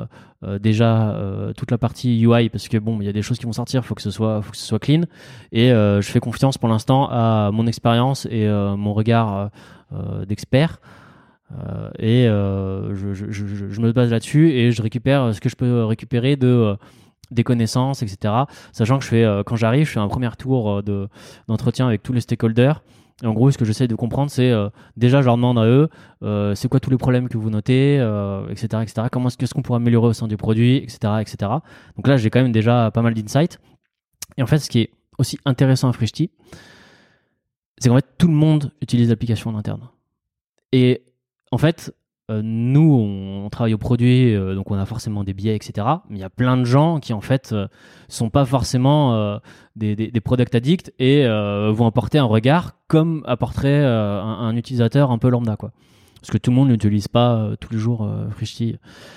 déjà toute la partie UI parce que bon, il y a des choses qui vont sortir. Il faut que ce soit clean. Et je fais confiance pour l'instant à mon expérience et mon regard d'expert. Et je me base là-dessus et je récupère ce que je peux récupérer des connaissances, etc. Sachant que quand j'arrive, je fais un premier tour d'entretien avec tous les stakeholders. Et en gros, ce que j'essaie de comprendre, c'est déjà, je leur demande à eux, c'est quoi tous les problèmes que vous notez, etc., etc. Qu'est-ce qu'on pourrait améliorer au sein du produit, etc., etc. Donc là, j'ai quand même déjà pas mal d'insights. Et en fait, ce qui est aussi intéressant à Frishti, c'est qu'en fait, tout le monde utilise l'application en interne. Et en fait, nous, on travaille au produit, donc on a forcément des biais, etc. Mais il y a plein de gens qui, en fait, sont pas forcément des product addicts et vont apporter un regard comme apporterait un utilisateur un peu lambda, quoi. Parce que tout le monde n'utilise pas tous les jours Frishti.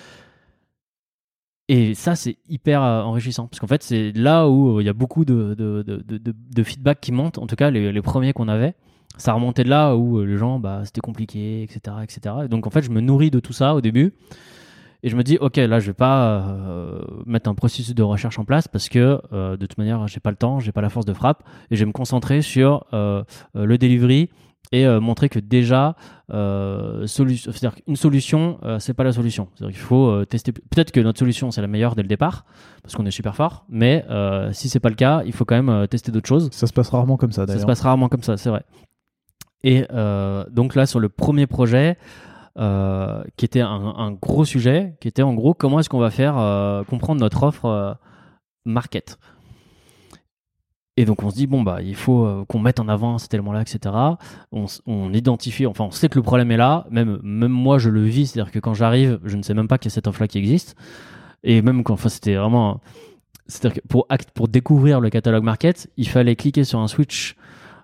Et ça, c'est hyper enrichissant. Parce qu'en fait, c'est là où il y a beaucoup de feedback qui montent. En tout cas, les premiers qu'on avait. Ça remontait de là où les gens, c'était compliqué, etc., etc. Et donc, en fait, je me nourris de tout ça au début. Et je me dis, OK, là, je vais pas mettre un processus de recherche en place parce que, de toute manière, j'ai pas le temps, j'ai pas la force de frappe. Et je vais me concentrer sur le delivery et montrer que déjà, c'est-à-dire qu'une solution, c'est pas la solution. C'est-à-dire qu'il faut tester. Peut-être que notre solution, c'est la meilleure dès le départ parce qu'on est super fort. Mais si c'est pas le cas, il faut quand même tester d'autres choses. Ça se passe rarement comme ça, d'ailleurs. Ça se passe rarement comme ça, c'est vrai. Et donc là, sur le premier projet, qui était un gros sujet, qui était en gros comment est-ce qu'on va faire comprendre notre offre market. Et donc on se dit, il faut qu'on mette en avant cet élément-là, etc. On identifie, enfin on sait que le problème est là, même moi je le vis, c'est-à-dire que quand j'arrive, je ne sais même pas qu'il y a cette offre-là qui existe. Et même quand c'était vraiment... C'est-à-dire que pour découvrir le catalogue market, il fallait cliquer sur un switch.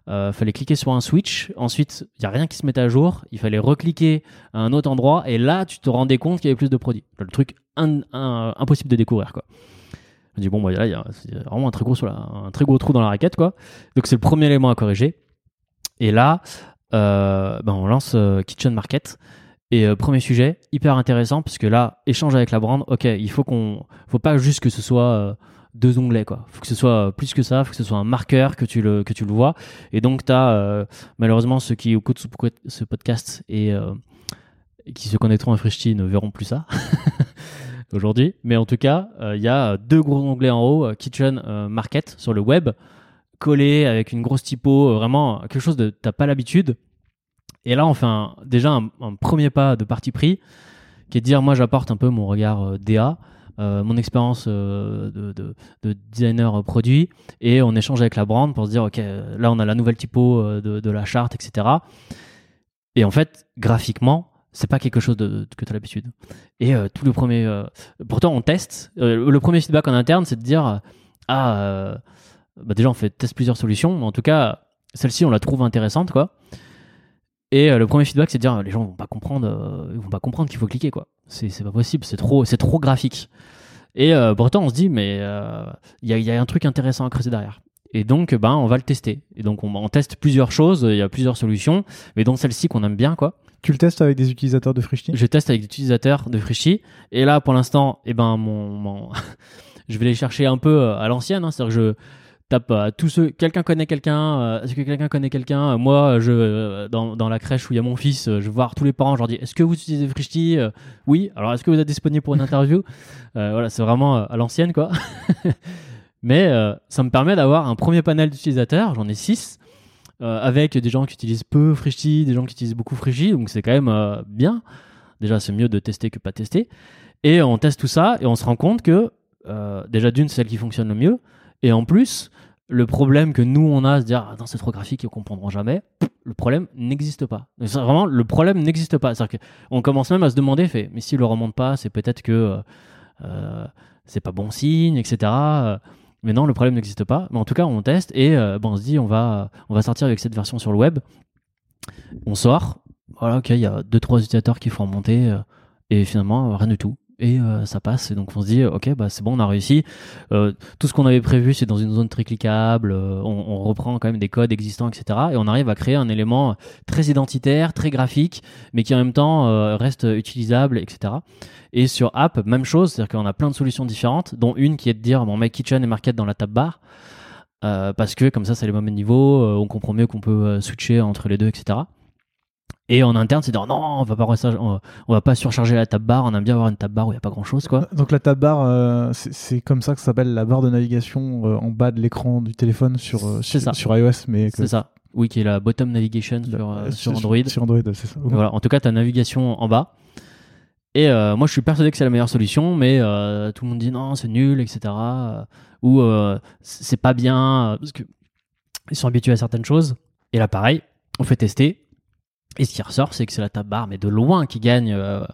Ensuite il n'y a rien qui se mettait à jour, il fallait recliquer à un autre endroit et là tu te rendais compte qu'il y avait plus de produits. Le truc impossible de découvrir, quoi. Je me dis là il y a vraiment un très gros trou dans la raquette, quoi. Donc c'est le premier élément à corriger. Et là on lance Kitchen Market. Et premier sujet hyper intéressant parce que là, échange avec la brand. OK, faut pas juste que ce soit deux onglets, quoi. Faut que ce soit plus que ça, faut que ce soit un marqueur, que tu le vois. Et donc tu as malheureusement ceux qui écoutent ce podcast et qui se connecteront à Frishti ne verront plus ça. aujourd'hui. Mais en tout cas, il y a 2 gros onglets en haut, Kitchen Market sur le web, collé avec une grosse typo, vraiment quelque chose de t'as pas l'habitude. Et là, on fait déjà un premier pas de parti pris, qui est de dire, moi, j'apporte un peu mon regard DA, mon expérience de designer produit, et on échange avec la brand pour se dire, ok, là, on a la nouvelle typo de la charte, etc. Et en fait, graphiquement, c'est pas quelque chose que tu as l'habitude. Et tout le premier... pourtant, on teste. Le premier feedback en interne, c'est de dire, déjà, on teste plusieurs solutions, mais en tout cas, celle-ci, on la trouve intéressante, quoi. Et le premier feedback, c'est de dire les gens vont pas comprendre qu'il faut cliquer, quoi. C'est pas possible, c'est trop graphique. Et pourtant on se dit mais il y a un truc intéressant à creuser derrière. Et donc on va le tester. Et donc on teste plusieurs choses, il y a plusieurs solutions, mais dont celle-ci qu'on aime bien, quoi. Tu le testes avec des utilisateurs de Frishti ? Je teste avec des utilisateurs de Frishti. Et là pour l'instant, je vais les chercher un peu à l'ancienne, hein, c'est-à-dire que je tape tous ceux. Quelqu'un connaît quelqu'un. Est-ce que quelqu'un connaît quelqu'un ? Moi, dans la crèche où il y a mon fils, je vais voir tous les parents. Je leur dis, est-ce que vous utilisez Frishti ? Oui. Alors, est-ce que vous êtes disponible pour une interview ? Voilà, c'est vraiment à l'ancienne, quoi. Mais ça me permet d'avoir un premier panel d'utilisateurs. J'en ai 6, avec des gens qui utilisent peu Frishti, des gens qui utilisent beaucoup Frishti. Donc, c'est quand même bien. Déjà, c'est mieux de tester que pas tester. Et on teste tout ça et on se rend compte que déjà d'une, c'est celle qui fonctionne le mieux. Et en plus, le problème que nous, on a, à se dire « c'est trop graphique, ils ne comprendront jamais », le problème n'existe pas. Vraiment, le problème n'existe pas. C'est-à-dire qu'on commence même à se demander « mais s'ils ne le remontent pas, c'est peut-être que c'est pas bon signe, etc. » Mais non, le problème n'existe pas. Mais en tout cas, on teste et on se dit on va sortir avec cette version sur le web. On sort, voilà, ok, il y a 2-3 utilisateurs qui font remonter et finalement, rien du tout. Et ça passe, et donc on se dit ok, c'est bon, on a réussi. Tout ce qu'on avait prévu, c'est dans une zone très cliquable, on reprend quand même des codes existants, etc. Et on arrive à créer un élément très identitaire, très graphique, mais qui en même temps reste utilisable, etc. Et sur App, même chose, c'est-à-dire qu'on a plein de solutions différentes, dont une qui est de dire make Kitchen et Market dans la tab bar, parce que comme ça c'est les mêmes niveaux, on comprend mieux qu'on peut switcher entre les deux, etc. Et en interne, c'est dire non, on va pas surcharger la tab bar, on aime bien avoir une tab bar où il n'y a pas grand chose, quoi. Donc la tab bar, c'est comme ça que ça s'appelle, la barre de navigation en bas de l'écran du téléphone sur iOS. C'est ça, oui, qui est la bottom navigation sur Android. Sur Android, c'est ça. Voilà, en tout cas, tu as navigation en bas. Et moi, je suis persuadé que c'est la meilleure solution, mais tout le monde dit non, c'est nul, etc. Ou c'est pas bien, parce qu'ils sont habitués à certaines choses. Et là, pareil, on fait tester. Et ce qui ressort, c'est que c'est la tab bar, mais de loin, qui gagne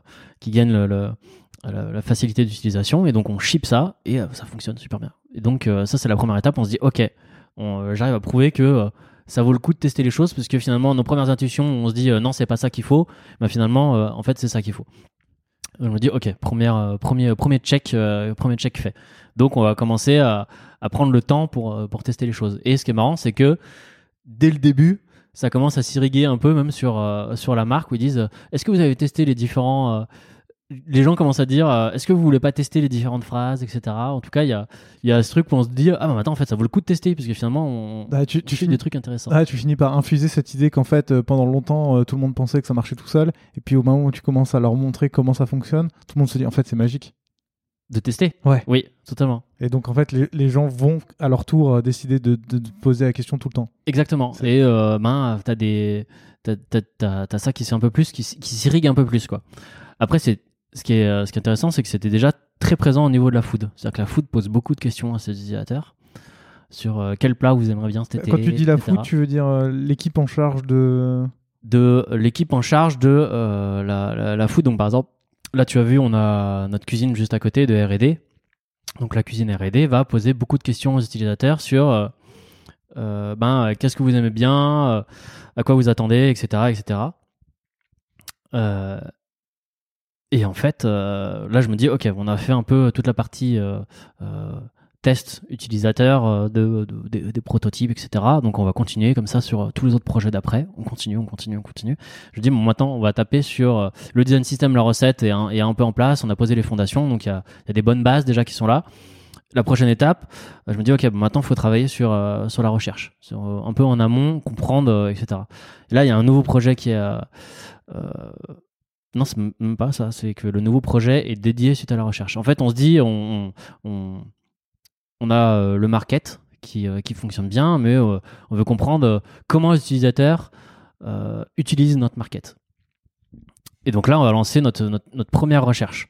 la facilité d'utilisation. Et donc, on ship ça et ça fonctionne super bien. Et donc, ça, c'est la première étape. On se dit, OK, j'arrive à prouver que ça vaut le coup de tester les choses, parce que finalement, nos premières intuitions, on se dit, non, c'est pas ça qu'il faut. Mais finalement, en fait, c'est ça qu'il faut. Donc, on me dit, OK, premier check fait. Donc, on va commencer à prendre le temps pour tester les choses. Et ce qui est marrant, c'est que dès le début, ça commence à s'irriguer un peu, même sur la marque, où ils disent est-ce que vous avez testé les différents. Les gens commencent à dire est-ce que vous voulez pas tester les différentes phrases, etc. En tout cas, il y a ce truc où on se dit attends, en fait, ça vaut le coup de tester, parce que finalement, on fait des trucs intéressants. Tu finis par infuser cette idée qu'en fait, pendant longtemps, tout le monde pensait que ça marchait tout seul. Et puis au moment où tu commences à leur montrer comment ça fonctionne, tout le monde se dit en fait, c'est magique. De tester ? Ouais. Oui, totalement. Et donc, en fait, les gens vont à leur tour décider de poser la question tout le temps. Exactement. Et t'as ça qui s'irrigue un peu plus, quoi. Après, ce qui est intéressant, c'est que c'était déjà très présent au niveau de la food. C'est-à-dire que la food pose beaucoup de questions à ses utilisateurs sur quel plat vous aimeriez bien cet été. Quand tu dis la food, tu veux dire l'équipe en charge de l'équipe en charge de la food. Donc, par exemple, là, tu as vu, on a notre cuisine juste à côté de R&D. Donc, la cuisine R&D va poser beaucoup de questions aux utilisateurs sur qu'est-ce que vous aimez bien, à quoi vous attendez, etc. etc. Et en fait, là, je me dis, OK, on a fait un peu toute la partie test utilisateur des prototypes, etc. Donc, on va continuer comme ça sur tous les autres projets d'après. On continue. Je dis, bon, maintenant, on va taper sur le design system, la recette est un peu en place. On a posé les fondations, donc il y a des bonnes bases déjà qui sont là. La prochaine étape, je me dis, OK, maintenant, il faut travailler sur la recherche, un peu en amont, comprendre, etc. Et là, il y a un nouveau projet qui est Non, c'est même pas ça. C'est que le nouveau projet est dédié suite à la recherche. En fait, on se dit, on a le market qui fonctionne bien, mais on veut comprendre comment les utilisateurs utilisent notre market. Et donc là, on va lancer notre première recherche.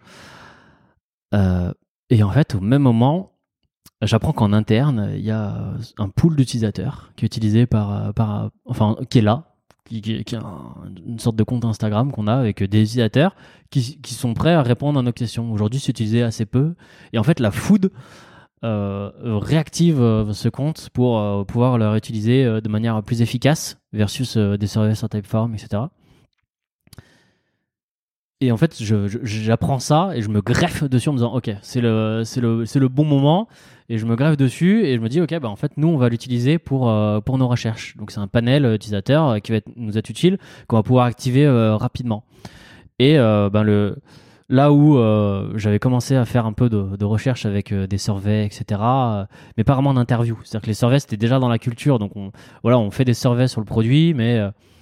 Et en fait, au même moment, j'apprends qu'en interne, il y a un pool d'utilisateurs qui est utilisé qui est là, qui est une sorte de compte Instagram qu'on a avec des utilisateurs qui sont prêts à répondre à nos questions. Aujourd'hui, c'est utilisé assez peu. Et en fait, la food réactive ce compte pour pouvoir le réutiliser de manière plus efficace versus des services en Typeform, etc. Et en fait, j'apprends ça et je me greffe dessus en me disant ok, c'est le bon moment, et je me greffe dessus et je me dis ok, bah en fait nous on va l'utiliser pour nos recherches. Donc c'est un panel utilisateur qui nous être utile, qu'on va pouvoir activer rapidement. Et là où j'avais commencé à faire un peu de recherche avec des surveys, etc., mais pas vraiment d'interview. C'est-à-dire que les surveys c'était déjà dans la culture, donc on fait des surveys sur le produit, mais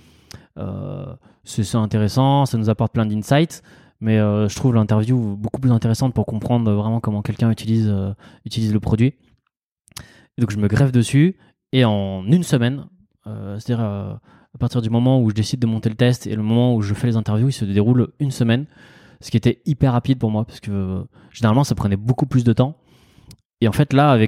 c'est intéressant, ça nous apporte plein d'insights, mais je trouve l'interview beaucoup plus intéressante pour comprendre vraiment comment quelqu'un utilise le produit. Et donc je me greffe dessus, et en une semaine, c'est-à-dire à partir du moment où je décide de monter le test et le moment où je fais les interviews, il se déroule une semaine, ce qui était hyper rapide pour moi parce que généralement ça prenait beaucoup plus de temps. Et en fait là, avec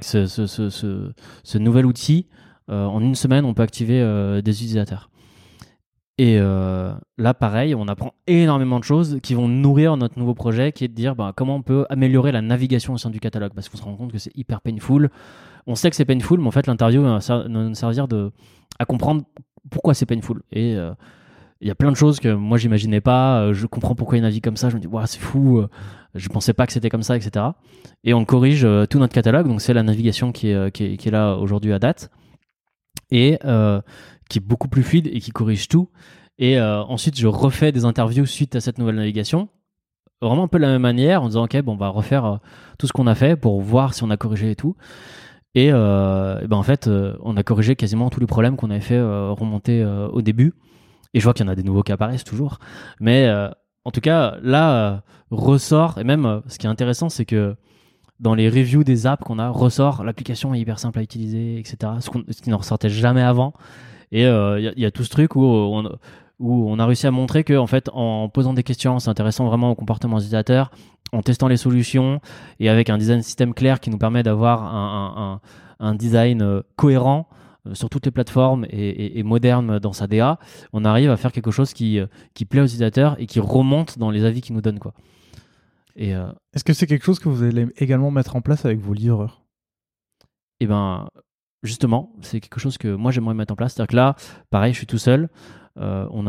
ce nouvel outil, en une semaine on peut activer des utilisateurs. Et là, pareil, on apprend énormément de choses qui vont nourrir notre nouveau projet, qui est de dire comment on peut améliorer la navigation au sein du catalogue, parce qu'on se rend compte que c'est hyper painful. On sait que c'est painful, mais en fait, l'interview va nous servir à comprendre pourquoi c'est painful. Et il y a plein de choses que moi, j'imaginais pas. Je comprends pourquoi il navigue comme ça. Je me dis, c'est fou. Je pensais pas que c'était comme ça, etc. Et on corrige tout notre catalogue. Donc, c'est la navigation qui est là aujourd'hui à date. Et qui est beaucoup plus fluide et qui corrige tout. Et ensuite, je refais des interviews suite à cette nouvelle navigation, vraiment un peu de la même manière, en disant ok, on va refaire tout ce qu'on a fait pour voir si on a corrigé et tout. Et en fait, on a corrigé quasiment tous les problèmes qu'on avait fait remonter au début. Et je vois qu'il y en a des nouveaux qui apparaissent toujours. Mais en tout cas, là, ressort, et même ce qui est intéressant, c'est que dans les reviews des apps qu'on a, ressort l'application est hyper simple à utiliser, etc. Ce qui ne ressortait jamais avant. Et il y a tout ce truc où on a réussi à montrer que en fait, en posant des questions, en s'intéressant vraiment au comportement des utilisateurs, en testant les solutions et avec un design système clair qui nous permet d'avoir un design cohérent sur toutes les plateformes et moderne dans sa DA, on arrive à faire quelque chose qui plaît aux utilisateurs et qui remonte dans les avis qu'ils nous donnent, quoi. Et est-ce que c'est quelque chose que vous allez également mettre en place avec vos livreurs? Et justement, c'est quelque chose que moi j'aimerais mettre en place. C'est-à-dire que là, pareil, je suis tout seul. On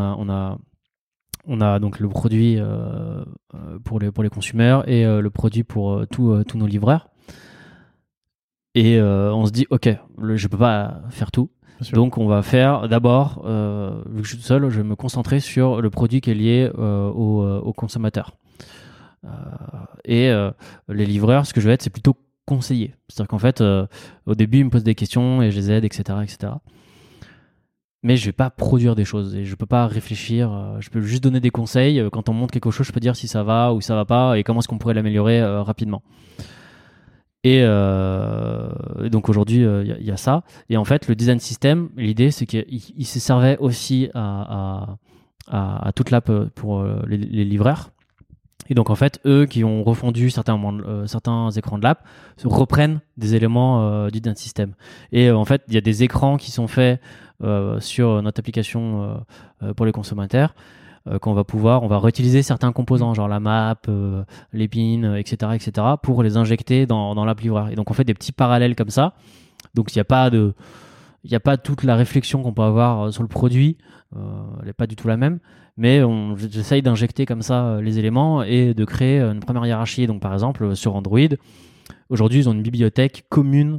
a donc le produit pour les consommateurs et le produit pour tous nos livreurs. Et on se dit, ok, je peux pas faire tout. Donc on va faire d'abord, vu que je suis tout seul, je vais me concentrer sur le produit qui est lié aux consommateurs. Et les livreurs, ce que je vais être, c'est plutôt conseiller. C'est-à-dire qu'en fait, au début, ils me posent des questions et je les aide, etc., etc. Mais je vais pas produire des choses et je peux pas réfléchir. Je peux juste donner des conseils. Quand on montre quelque chose, je peux dire si ça va ou ça va pas et comment est-ce qu'on pourrait l'améliorer rapidement. Et donc aujourd'hui, il y a ça. Et en fait, le design system, l'idée, c'est qu'il se servait aussi à toute l'app pour les livreurs. Et donc en fait, eux qui ont refondu certains écrans de l'app reprennent des éléments du design system. Et en fait, il y a des écrans qui sont faits sur notre application pour les consommateurs on va réutiliser certains composants, genre la map, les pins, etc., etc., pour les injecter dans l'app livreur. Et donc on fait des petits parallèles comme ça. Donc il n'y a pas toute la réflexion qu'on peut avoir sur le produit, elle n'est pas du tout la même, mais j'essaye d'injecter comme ça les éléments et de créer une première hiérarchie. Donc par exemple sur Android, aujourd'hui ils ont une bibliothèque commune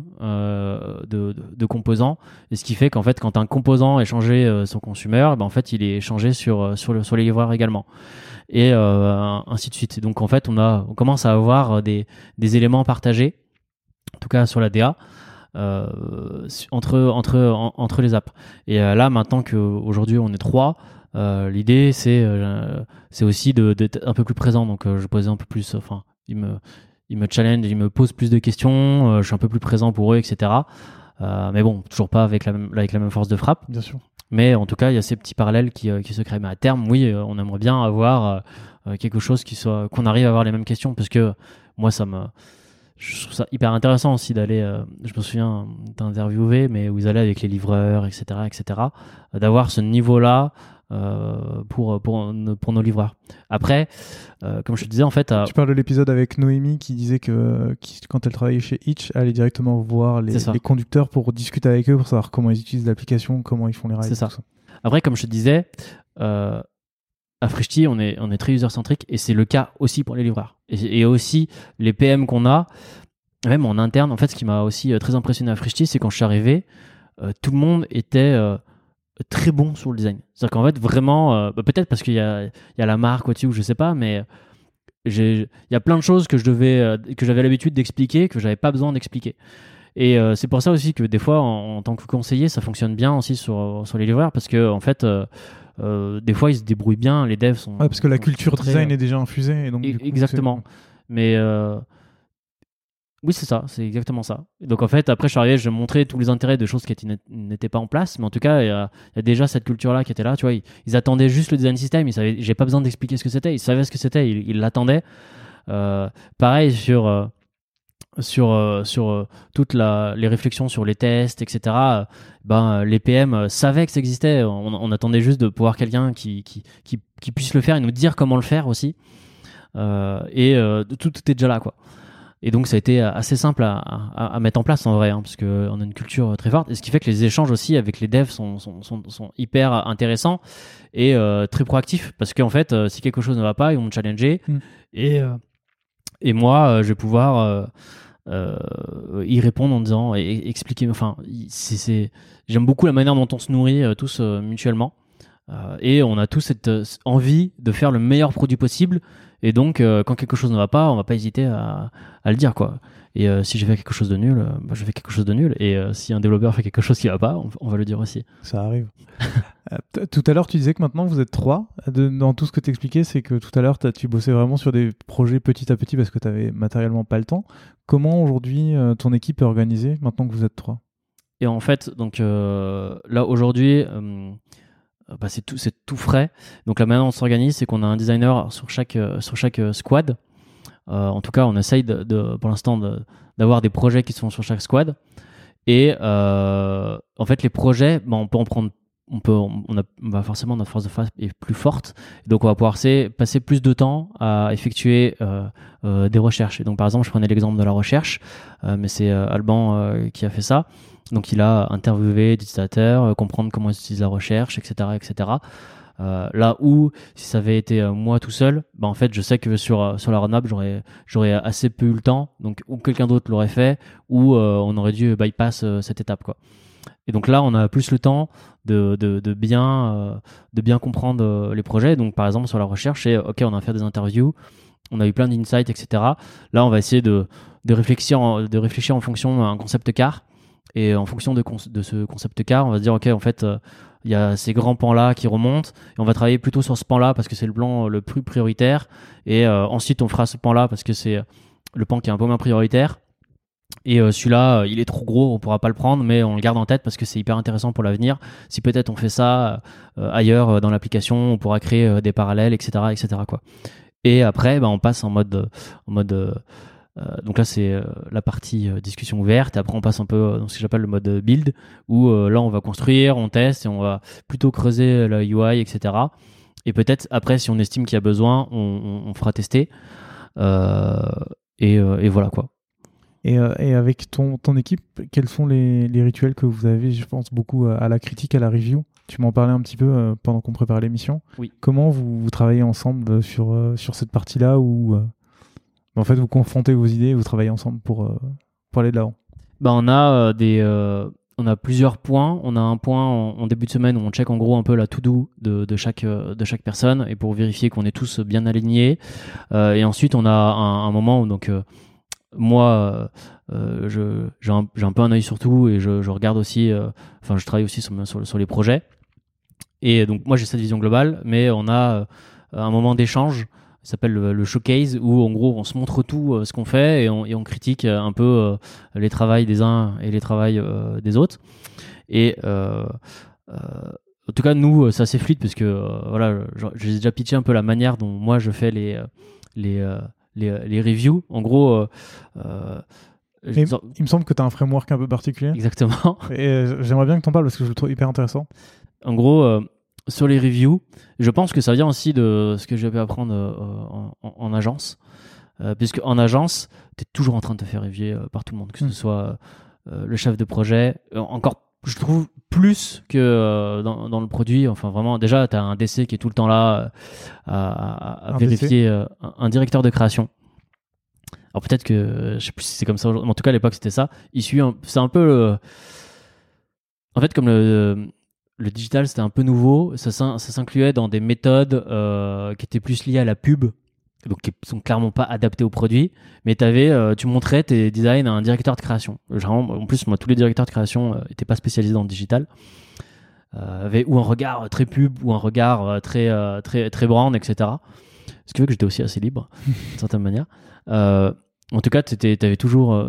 de composants, et ce qui fait qu'en fait quand un composant est changé sur consumer, en fait il est changé sur les livreurs également, et ainsi de suite. Donc en fait on commence à avoir des éléments partagés, en tout cas sur la DA. Entre les apps. Et là, maintenant qu'aujourd'hui on est 3, L'idée, c'est aussi d'être un peu plus présent. Donc, je posais un peu plus. Enfin, ils me challenge, ils me posent plus de questions. Je suis un peu plus présent pour eux, etc. Mais bon, toujours pas avec la même force de frappe. Bien sûr. Mais en tout cas, il y a ces petits parallèles qui se créent. Mais à terme, oui, on aimerait bien avoir quelque chose qu'on arrive à avoir les mêmes questions, parce que moi, je trouve ça hyper intéressant aussi d'aller. Je me souviens d'interviewer, mais où ils allaient avec les livreurs, etc., d'avoir ce niveau-là pour nos livreurs. Après, comme je te disais, en fait, Tu parles de l'épisode avec Noémie qui disait que quand elle travaillait chez Hitch, elle allait directement voir les conducteurs pour discuter avec eux, pour savoir comment ils utilisent l'application, comment ils font les rides. C'est ça. Après, comme je te disais, à Frishti, on est très user-centrique, et c'est le cas aussi pour les livreurs. Et aussi, les PM qu'on a, même en interne, en fait, ce qui m'a aussi très impressionné à Frishti, c'est quand je suis arrivé, tout le monde était très bon sur le design. C'est-à-dire qu'en fait, vraiment, peut-être parce qu'il y a la marque au-dessus, ou je sais pas, mais il y a plein de choses que j'avais l'habitude d'expliquer, que j'avais pas besoin d'expliquer. Et c'est pour ça aussi que des fois, en tant que conseiller, ça fonctionne bien aussi sur les livreurs, parce que en fait, des fois, ils se débrouillent bien. Les devs sont. Ouais, parce que la culture design est déjà infusée. Et donc, du coup, exactement. Mais oui, c'est ça, c'est exactement ça. Et donc en fait, après, je suis arrivé, je montrais tous les intérêts de choses qui n'étaient pas en place, mais en tout cas, il y a déjà cette culture-là qui était là. Tu vois, ils attendaient juste le design system. J'ai pas besoin d'expliquer ce que c'était. Ils savaient ce que c'était. Ils l'attendaient. Pareil sur toutes les réflexions sur les tests, etc. Les PM savaient que ça existait. On attendait juste de pouvoir quelqu'un qui puisse le faire et nous dire comment le faire aussi. Tout est déjà là, quoi. Et donc ça a été assez simple à mettre en place en vrai, hein, parce qu'on a une culture très forte, et ce qui fait que les échanges aussi avec les devs sont hyper intéressants et très proactifs, parce qu'en fait, si quelque chose ne va pas, ils vont me challenger, et moi je vais pouvoir y répondre en disant et expliquer. Enfin, j'aime beaucoup la manière dont on se nourrit tous mutuellement, et on a tous cette envie de faire le meilleur produit possible. Et donc, quand quelque chose ne va pas, on va pas hésiter à le dire, quoi. Et si j'ai fait quelque chose de nul, je fais quelque chose de nul. Et si un développeur fait quelque chose qui va pas, on va le dire aussi. Ça arrive. Tout à l'heure, tu disais que maintenant vous êtes 3. Dans tout ce que tu expliquais, c'est que tout à l'heure, tu bossais vraiment sur des projets petit à petit parce que tu avais matériellement pas le temps. Comment aujourd'hui ton équipe est organisée maintenant que vous êtes 3 ? Et en fait, donc là aujourd'hui, c'est tout frais. Donc la manière dont on s'organise, c'est qu'on a un designer sur chaque squad. En tout cas, on essaye pour l'instant d'avoir des projets qui sont sur chaque squad. Et en fait, les projets, on peut en prendre. Forcément, notre force de frappe est plus forte. Et donc, on va pouvoir passer plus de temps à effectuer des recherches. Et donc, par exemple, je prenais l'exemple de la recherche, mais c'est Alban qui a fait ça. Donc, il a interviewé des utilisateurs, comprendre comment ils utilisent la recherche, etc., etc. Là où, si ça avait été moi tout seul, en fait, je sais que sur la roadmap, j'aurais assez peu eu le temps. Donc, ou quelqu'un d'autre l'aurait fait, ou on aurait dû bypass cette étape, quoi. Et donc là, on a plus le temps de bien comprendre les projets. Donc, par exemple, sur la recherche, c'est OK, on a fait des interviews, on a eu plein d'insights, etc. Là, on va essayer de réfléchir en fonction d'un concept car. Et en fonction de ce concept car, on va se dire OK, en fait, il y a ces grands pans-là qui remontent, et on va travailler plutôt sur ce pan-là parce que c'est le plan le plus prioritaire. Et ensuite, on fera ce pan-là parce que c'est le pan qui est un peu moins prioritaire. Et celui-là, il est trop gros, on pourra pas le prendre, mais on le garde en tête parce que c'est hyper intéressant pour l'avenir. Si peut-être on fait ça ailleurs dans l'application, on pourra créer des parallèles, etc., etc., quoi. Et après, on passe en mode donc là, c'est la partie discussion ouverte. Et après, on passe un peu dans ce que j'appelle le mode build, où là, on va construire, on teste et on va plutôt creuser la UI, etc. Et peut-être après, si on estime qu'il y a besoin, on fera tester. Et voilà, quoi. Et avec ton équipe, quels sont les rituels que vous avez? Je pense beaucoup à la critique, à la review. Tu m'en parlais un petit peu pendant qu'on préparait l'émission. Oui. Comment vous travaillez ensemble sur cette partie-là où en fait vous confrontez vos idées et vous travaillez ensemble pour aller de l'avant? On a plusieurs points. On a un point en début de semaine où on check en gros un peu la to-do de chaque personne, et pour vérifier qu'on est tous bien alignés. Et ensuite, on a un moment où moi, j'ai un peu un œil sur tout, et je regarde aussi, je travaille aussi sur les projets. Et donc moi j'ai cette vision globale, mais on a un moment d'échange, ça s'appelle le showcase, où en gros on se montre tout ce qu'on fait et on critique un peu les travails des uns et les travails des autres. Et en tout cas nous c'est assez fluide parce que voilà, j'ai déjà pitché un peu la manière dont moi je fais les reviews. En gros il me semble que tu as un framework un peu particulier. Exactement. Et j'aimerais bien que tu en parles parce que je le trouve hyper intéressant. En gros, sur les reviews, je pense que ça vient aussi de ce que j'ai pu apprendre en agence. Puisque en agence, tu es toujours en train de te faire reviewer par tout le monde, que ce soit le chef de projet, encore je trouve plus que dans le produit. Enfin vraiment, déjà, tu as un DC qui est tout le temps là à vérifier, un directeur de création. Alors peut-être que, je sais plus si c'est comme ça aujourd'hui, mais en tout cas à l'époque c'était ça. C'est un peu en fait comme le digital c'était un peu nouveau, ça s'incluait dans des méthodes qui étaient plus liées à la pub, donc qui sont clairement pas adaptées au produit, mais tu montrais tes designs à un directeur de création. Généralement, en plus moi tous les directeurs de création étaient pas spécialisés dans le digital, avaient ou un regard très pub ou un regard très brand, etc. Ce qui fait que j'étais aussi assez libre d'une certaine manière. En tout cas, t'étais toujours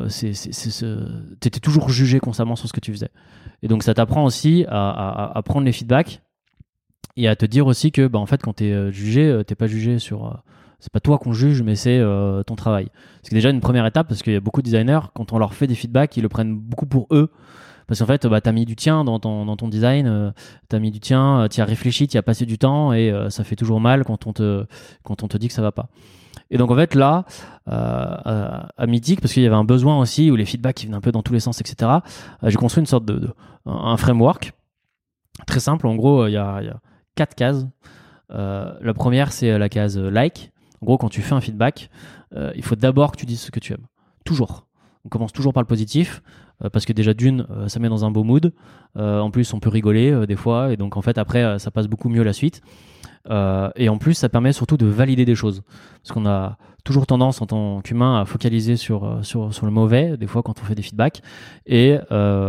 jugé constamment sur ce que tu faisais. Et donc, ça t'apprend aussi à prendre les feedbacks et à te dire aussi que, en fait, quand t'es jugé, t'es pas jugé sur. C'est pas toi qu'on juge, mais c'est ton travail. C'est déjà une première étape parce qu'il y a beaucoup de designers, quand on leur fait des feedbacks, ils le prennent beaucoup pour eux. Parce qu'en fait, t'as mis du tien dans ton design, t'as mis du tien, t'y as réfléchi, t'y as passé du temps et ça fait toujours mal quand on te dit que ça va pas. Et donc en fait là, à Mythic, parce qu'il y avait un besoin aussi où les feedbacks qui venaient un peu dans tous les sens, etc. J'ai construit une sorte un framework très simple. En gros, il y a 4 cases. La première, c'est la case like. En gros, quand tu fais un feedback, il faut d'abord que tu dises ce que tu aimes. Toujours. On commence toujours par le positif. Parce que déjà d'une, ça met dans un beau mood. En plus, on peut rigoler des fois, et donc en fait après, ça passe beaucoup mieux la suite. Et en plus, ça permet surtout de valider des choses, parce qu'on a toujours tendance en tant qu'humain à focaliser sur le mauvais, des fois quand on fait des feedbacks. Et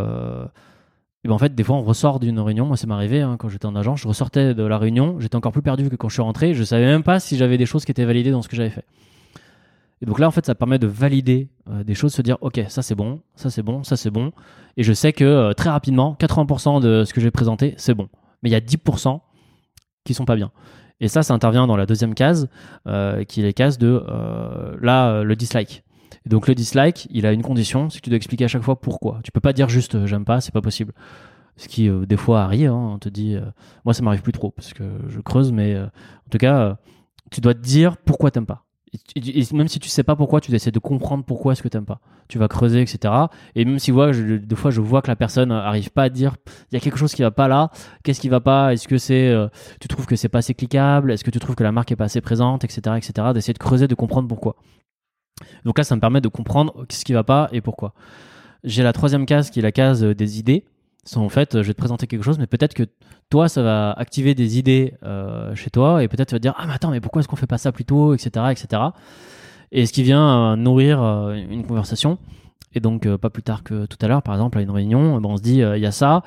en fait, des fois, on ressort d'une réunion. Moi, ça m'est arrivé quand j'étais en agence, je ressortais de la réunion, j'étais encore plus perdu que quand je suis rentré. Je savais même pas si j'avais des choses qui étaient validées dans ce que j'avais fait. Et donc là, en fait, ça permet de valider des choses, se dire, ok, ça c'est bon, ça c'est bon, ça c'est bon. Et je sais que très rapidement, 80% de ce que j'ai présenté, c'est bon. Mais il y a 10% qui sont pas bien. Et ça intervient dans la deuxième case, qui est la case de le dislike. Et donc le dislike, il a une condition, c'est que tu dois expliquer à chaque fois pourquoi. Tu peux pas dire juste j'aime pas, c'est pas possible. Ce qui des fois arrive, on te dit, moi ça m'arrive plus trop parce que je creuse, mais en tout cas, tu dois te dire pourquoi t'aimes pas. Et même si tu sais pas pourquoi, tu dois essayer de comprendre pourquoi est-ce que t'aimes pas. Tu vas creuser, etc. Et même si des fois je vois que la personne arrive pas à dire il y a quelque chose qui va pas là, qu'est-ce qui va pas, est-ce que c'est tu trouves que c'est pas assez cliquable, est-ce que tu trouves que la marque est pas assez présente, etc., d'essayer de creuser, de comprendre pourquoi. Donc là ça me permet de comprendre ce qui va pas et pourquoi. J'ai la troisième case qui est la case des idées. En fait, je vais te présenter quelque chose, mais peut-être que toi, ça va activer des idées chez toi, et peut-être tu vas te dire, ah mais attends, mais pourquoi est-ce qu'on fait pas ça plus tôt, etc., etc. Et ce qui vient nourrir une conversation. Et donc, pas plus tard que tout à l'heure, par exemple, à une réunion, on se dit, il y a ça,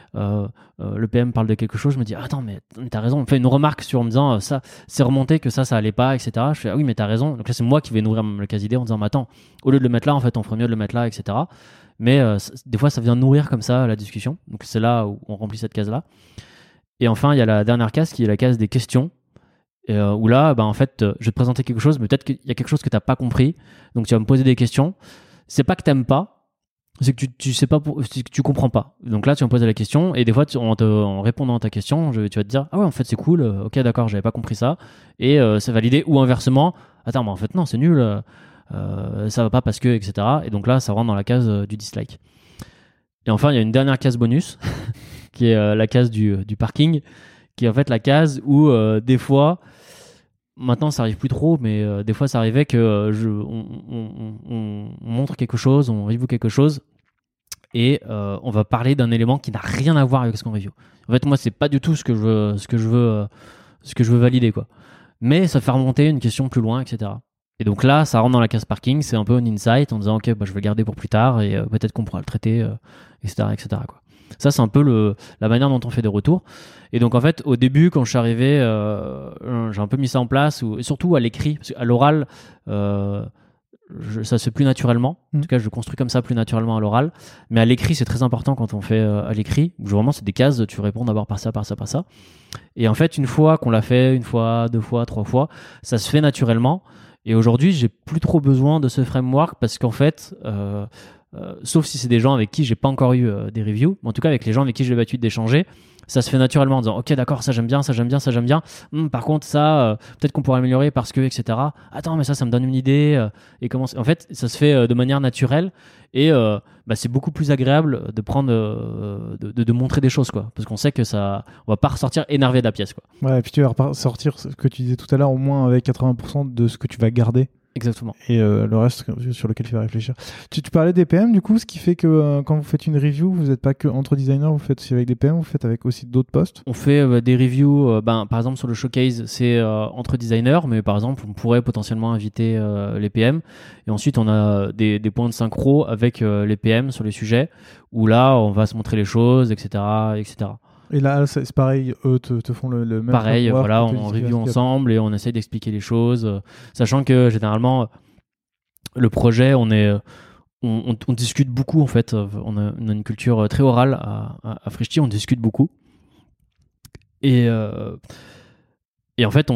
le PM parle de quelque chose, je me dis, attends, mais t'as raison. On me fait une remarque en me disant, ça, c'est remonté que ça allait pas, etc. Je fais, ah oui, mais t'as raison. Donc là, c'est moi qui vais nourrir le cas idée en disant, mais attends, au lieu de le mettre là, en fait, on ferait mieux de le mettre là, etc. Mais des fois, ça vient nourrir comme ça la discussion. Donc c'est là où on remplit cette case-là. Et enfin, il y a la dernière case qui est la case des questions. Où là, en fait, je vais te présenter quelque chose, mais peut-être qu'il y a quelque chose que tu n'as pas compris. Donc tu vas me poser des questions. C'est pas que tu n'aimes pas, c'est que tu sais pas, c'est que tu comprends pas. Donc là, tu vas me poser la question. Et des fois, en répondant à ta question, tu vas te dire, ah ouais, en fait, c'est cool. Ok, d'accord, j'avais pas compris ça. Et c'est validé. Ou inversement, attends, mais en fait, non, c'est nul. Ça va pas parce que, etc. Et donc là, ça rentre dans la case du dislike. Et enfin, il y a une dernière case bonus qui est la case du parking, qui est en fait la case où des fois, maintenant ça arrive plus trop, mais des fois ça arrivait que on montre quelque chose, on review quelque chose, et on va parler d'un élément qui n'a rien à voir avec ce qu'on review. En fait, moi, c'est pas du tout ce que je veux valider, quoi. Mais ça fait remonter une question plus loin, etc. Et donc là, ça rentre dans la case parking, c'est un peu un insight en disant ok, je vais le garder pour plus tard et peut-être qu'on pourra le traiter, etc., etc., quoi. Ça, c'est un peu la manière dont on fait des retours. Et donc, en fait, au début, quand je suis arrivé, j'ai un peu mis ça en place, et surtout à l'écrit, parce qu'à l'oral, ça se fait plus naturellement. En tout cas, je construis comme ça plus naturellement à l'oral. Mais à l'écrit, c'est très important quand on fait à l'écrit. Vraiment, c'est des cases, tu réponds d'abord par ça, par ça, par ça. Et en fait, une fois qu'on l'a fait, 1 fois, 2 fois, 3 fois, ça se fait naturellement. Et aujourd'hui, j'ai plus trop besoin de ce framework parce qu'en fait, sauf si c'est des gens avec qui j'ai pas encore eu des reviews, mais en tout cas avec les gens avec qui j'ai l'habitude d'échanger, ça se fait naturellement en disant ok d'accord, ça j'aime bien, ça j'aime bien, ça j'aime bien. Par contre ça, peut-être qu'on pourrait améliorer parce que etc. Attends mais ça me donne une idée. Et comment en fait ça se fait de manière naturelle et c'est beaucoup plus agréable de prendre de montrer des choses quoi, parce qu'on sait que ça, on va pas ressortir énervé de la pièce quoi. Ouais, et puis tu vas sortir ce que tu disais tout à l'heure au moins avec 80% de ce que tu vas garder. Exactement. Et le reste sur lequel tu vas réfléchir. Tu parlais des PM, du coup, ce qui fait que quand vous faites une review, vous n'êtes pas que entre designers, vous faites aussi avec des PM, vous faites avec aussi d'autres postes. On fait des reviews, par exemple sur le showcase, c'est entre designers, mais par exemple, on pourrait potentiellement inviter les PM. Et ensuite, on a des points de synchro avec les PM sur les sujets, où là, on va se montrer les choses, etc. etc. Et là, c'est pareil, eux te font le même. Pareil, voilà, on review ensemble et on essaye d'expliquer les choses, sachant que généralement, le projet, on discute beaucoup en fait. On a une culture très orale à Frischti, on discute beaucoup. Et en fait,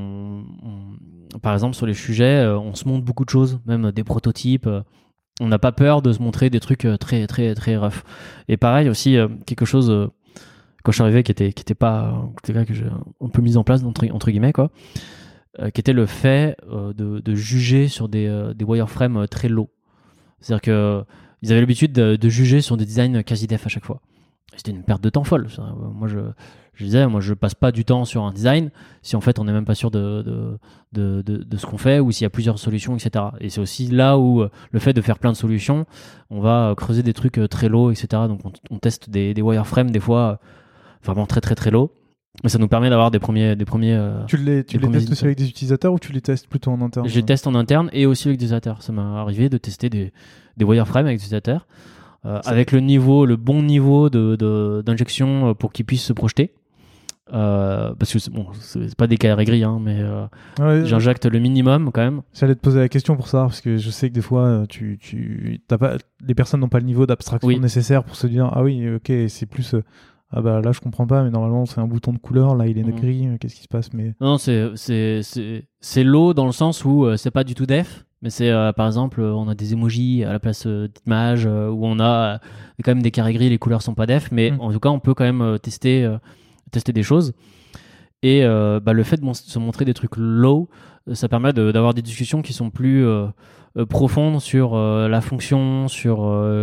par exemple, sur les sujets, on se montre beaucoup de choses, même des prototypes. On n'a pas peur de se montrer des trucs très, très, très rough. Et pareil aussi, quelque chose. Quand je suis arrivé, qui était pas, que j'ai un peu mis en place entre guillemets quoi, qui était le fait de juger sur des wireframes très low. C'est-à-dire que ils avaient l'habitude de juger sur des designs quasi def à chaque fois. C'était une perte de temps folle. Moi, je disais, je passe pas du temps sur un design si en fait on n'est même pas sûr de ce qu'on fait ou s'il y a plusieurs solutions, etc. Et c'est aussi là où le fait de faire plein de solutions, on va creuser des trucs très low, etc. Donc on teste des wireframes des fois vraiment très très très low, mais ça nous permet d'avoir des premiers tu les testes aussi avec des utilisateurs ou tu les testes plutôt en interne? Je les teste en interne et aussi avec des utilisateurs. Ça m'est arrivé de tester des wireframes avec des utilisateurs avec le bon niveau d'injection pour qu'ils puissent se projeter, parce que c'est pas des carrés gris mais j'injecte le minimum quand même. J'allais te poser la question pour ça parce que je sais que des fois t'as pas, les personnes n'ont pas le niveau d'abstraction nécessaire pour se dire ah oui ok c'est plus ah bah là je comprends pas mais normalement c'est un bouton de couleur, là il est gris, qu'est-ce qui se passe? Mais non, c'est low dans le sens où c'est pas du tout def, mais c'est par exemple on a des emojis à la place d'images où on a quand même des carrés gris, les couleurs sont pas def, mais en tout cas on peut quand même tester des choses. Et le fait de se montrer des trucs low, ça permet d'avoir des discussions qui sont plus profondes sur la fonction, sur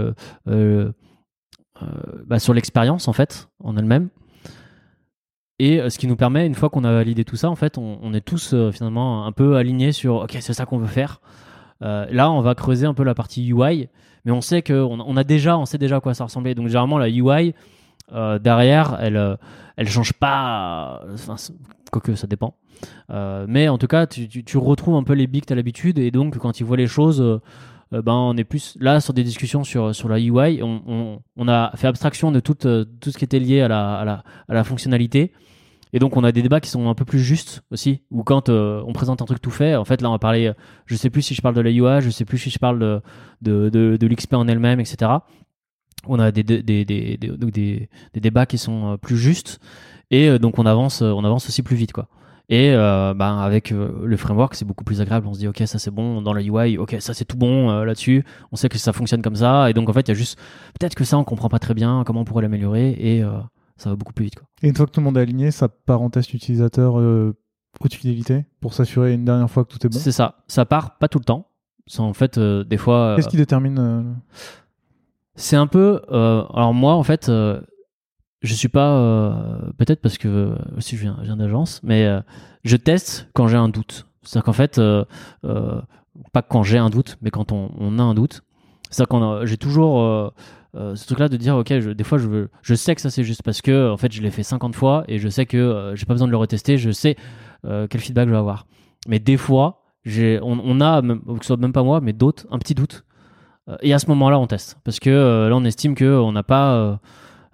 l'expérience en fait en elle-même. Et ce qui nous permet, une fois qu'on a validé tout ça, en fait, on est tous finalement un peu alignés sur ok, c'est ça qu'on veut faire. Là, on va creuser un peu la partie UI, mais on sait on sait déjà à quoi ça ressemblait. Donc généralement la UI derrière, elle change pas. Quoique ça dépend. Mais en tout cas, tu retrouves un peu les bigs que t'as l'habitude, et donc quand ils voient les choses. On est plus là sur des discussions sur la UI. On a fait abstraction de tout ce qui était lié à la fonctionnalité, et donc on a des débats qui sont un peu plus justes aussi, où quand on présente un truc tout fait, en fait là on va parler, je sais plus si je parle de la UI, je sais plus si je parle de l'XP en elle-même, etc. On a des débats qui sont plus justes, et donc on avance aussi plus vite quoi. Et avec le framework, c'est beaucoup plus agréable. On se dit ok, ça c'est bon dans la UI, ok, ça c'est tout bon là-dessus. On sait que ça fonctionne comme ça, et donc en fait il y a juste peut-être que ça on comprend pas très bien comment on pourrait l'améliorer, et ça va beaucoup plus vite quoi. Et une fois que tout le monde est aligné, ça part en test utilisateur haute fidélité pour s'assurer une dernière fois que tout est bon. C'est ça part pas tout le temps. C'est en fait des fois. Qu'est-ce qui détermine C'est un peu. Alors moi en fait. Je suis pas peut-être parce que aussi je viens d'agence, mais je teste quand j'ai un doute. C'est-à-dire qu'en fait, pas quand j'ai un doute, mais quand on a un doute. C'est-à-dire j'ai toujours ce truc-là de dire ok, des fois je sais que ça c'est juste parce que en fait je l'ai fait 50 fois et je sais que j'ai pas besoin de le retester, je sais quel feedback je vais avoir. Mais des fois, on a, que ce soit même pas moi, mais d'autres, un petit doute. Et à ce moment-là, on teste parce que là on estime que on n'a pas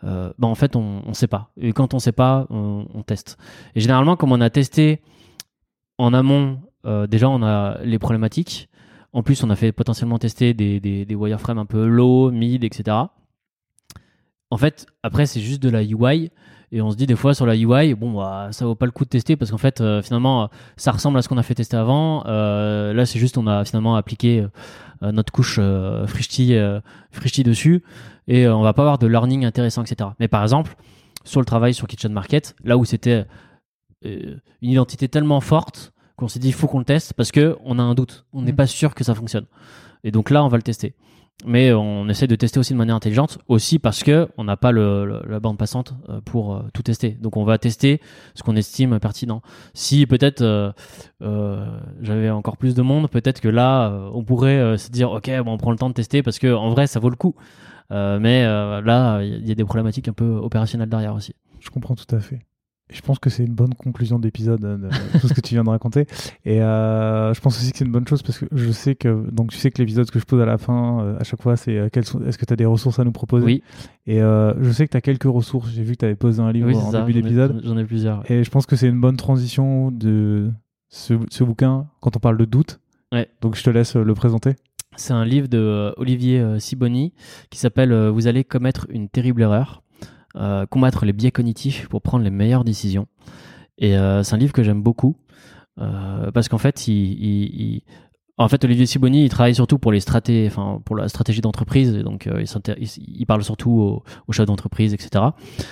en fait on sait pas. Et quand on sait pas, on teste. Et généralement, comme on a testé en amont, déjà on a les problématiques. En plus, on a fait potentiellement tester des wireframes un peu low, mid, etc. En fait, après, c'est juste de la UI. Et on se dit des fois sur la UI, ça vaut pas le coup de tester parce qu'en fait, finalement, ça ressemble à ce qu'on a fait tester avant. Là, c'est juste on a finalement appliqué notre couche Frishti dessus et on va pas avoir de learning intéressant, etc. Mais par exemple, sur le travail sur Kitchen Market, là où c'était une identité tellement forte qu'on s'est dit il faut qu'on le teste parce qu'on a un doute, on n'est pas sûr que ça fonctionne. Et donc là, on va le tester. Mais on essaie de tester aussi de manière intelligente, aussi parce qu'on n'a pas la bande passante pour tout tester. Donc on va tester ce qu'on estime pertinent. Si peut-être j'avais encore plus de monde, peut-être que là, on pourrait se dire ok, on prend le temps de tester parce qu'en vrai, ça vaut le coup. Mais là, il y a des problématiques un peu opérationnelles derrière aussi. Je comprends tout à fait. Je pense que c'est une bonne conclusion d'épisode de tout ce que tu viens de raconter. Et je pense aussi que c'est une bonne chose parce que je sais que tu sais que l'épisode que je pose à la fin, à chaque fois, c'est est-ce que tu as des ressources à nous proposer? Oui. Et je sais que tu as quelques ressources. J'ai vu que tu avais posé un livre début d'épisode. J'en ai plusieurs. Et je pense que c'est une bonne transition de ce bouquin quand on parle de doute. Ouais. Donc je te laisse le présenter. C'est un livre de Olivier Sibony qui s'appelle Vous allez commettre une terrible erreur. Combattre les biais cognitifs pour prendre les meilleures décisions. Et c'est un livre que j'aime beaucoup parce qu'en fait, Olivier Sibony, il travaille surtout pour pour la stratégie d'entreprise. Et donc, il parle surtout aux chefs d'entreprise, etc.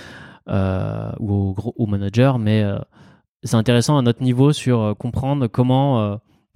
Ou aux managers. Mais c'est intéressant à notre niveau sur comprendre comment,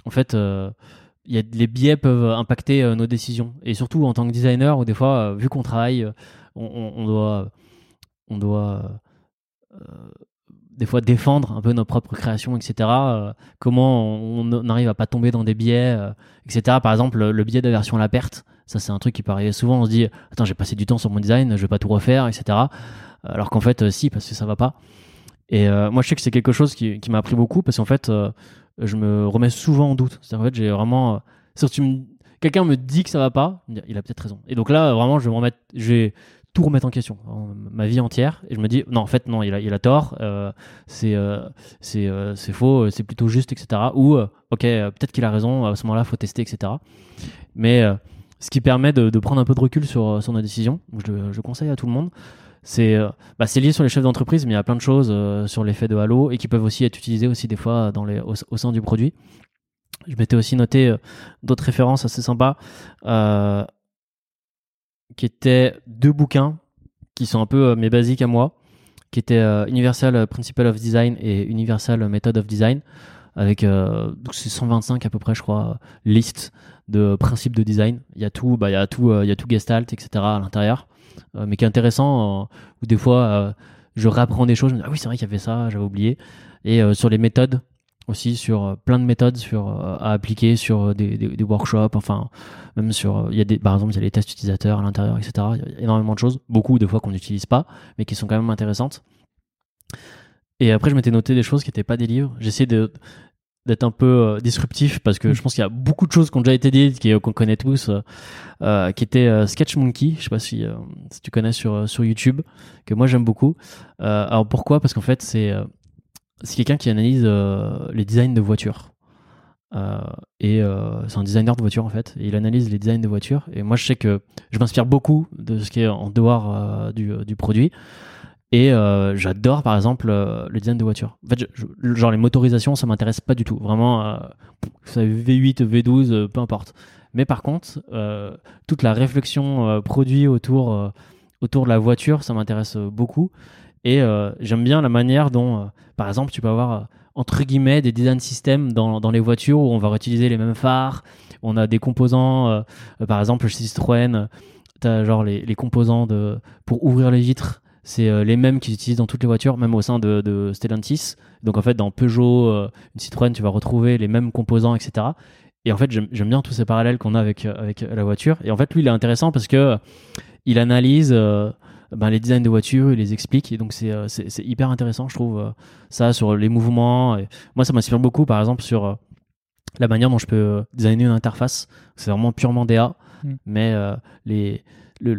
les biais peuvent impacter nos décisions. Et surtout en tant que designer, où des fois, vu qu'on travaille, on doit des fois défendre un peu nos propres créations, etc. Comment on arrive à pas tomber dans des biais, etc. Par exemple, le biais d'aversion à la perte, ça c'est un truc qui peut arriver souvent. On se dit, attends, j'ai passé du temps sur mon design, je vais pas tout refaire, etc. Alors qu'en fait, si, parce que ça va pas. Et moi, je sais que c'est quelque chose qui m'a appris beaucoup parce qu'en fait, je me remets souvent en doute. C'est-à-dire, en fait, j'ai vraiment... quelqu'un me dit que ça va pas, il a peut-être raison. Et donc là, vraiment, je vais tout remettre en question, ma vie entière, et je me dis non, en fait non, il a tort, c'est faux, c'est plutôt juste, etc. Ou ok, peut-être qu'il a raison, à ce moment-là faut tester, etc. Mais ce qui permet de prendre un peu de recul sur nos décisions, je conseille à tout le monde. C'est lié sur les chefs d'entreprise, mais il y a plein de choses sur l'effet de halo et qui peuvent aussi être utilisées aussi des fois au sein du produit. Je m'étais aussi noté d'autres références assez sympas qui étaient 2 bouquins qui sont un peu mes basiques à moi, qui étaient Universal Principle of Design et Universal Method of Design, avec c'est 125 à peu près, je crois, listes de principes de design. Il y a tout Gestalt, etc. à l'intérieur, mais qui est intéressant, où des fois je réapprends des choses, je me dis, ah oui, c'est vrai qu'il y avait ça, j'avais oublié. Et sur les méthodes aussi, sur plein de méthodes à appliquer sur des workshops, enfin même sur par exemple il y a les tests utilisateurs à l'intérieur, etc. Il y a énormément de choses, beaucoup des fois qu'on n'utilise pas mais qui sont quand même intéressantes. Et après je m'étais noté des choses qui n'étaient pas des livres. J'essaie d'être un peu disruptif parce que je pense qu'il y a beaucoup de choses qui ont déjà été dites, qu'on connaît tous, qui étaient Sketchmonkey, je sais pas si tu connais sur YouTube, que moi j'aime beaucoup. Alors pourquoi? Parce qu'en fait c'est quelqu'un qui analyse les designs de voitures. C'est un designer de voitures en fait. Et il analyse les designs de voitures. Et moi, je sais que je m'inspire beaucoup de ce qui est en dehors du produit. Et j'adore par exemple le design de voitures. En fait, genre les motorisations, ça m'intéresse pas du tout. Vraiment, V8, V12, peu importe. Mais par contre, toute la réflexion produit autour de la voiture, ça m'intéresse beaucoup. Et j'aime bien la manière dont, par exemple, tu peux avoir, entre guillemets, des design systems dans les voitures où on va réutiliser les mêmes phares. On a des composants, par exemple, chez Citroën, tu as genre les composants pour ouvrir les vitres. C'est les mêmes qu'ils utilisent dans toutes les voitures, même au sein de Stellantis. Donc en fait, dans Peugeot, une Citroën, tu vas retrouver les mêmes composants, etc. Et en fait, j'aime bien tous ces parallèles qu'on a avec la voiture. Et en fait, lui, il est intéressant parce que il analyse... les designs de voitures, il les explique et donc c'est hyper intéressant, je trouve, ça sur les mouvements. Et moi, ça m'inspire beaucoup, par exemple, sur la manière dont je peux designer une interface. C'est vraiment purement DA, mais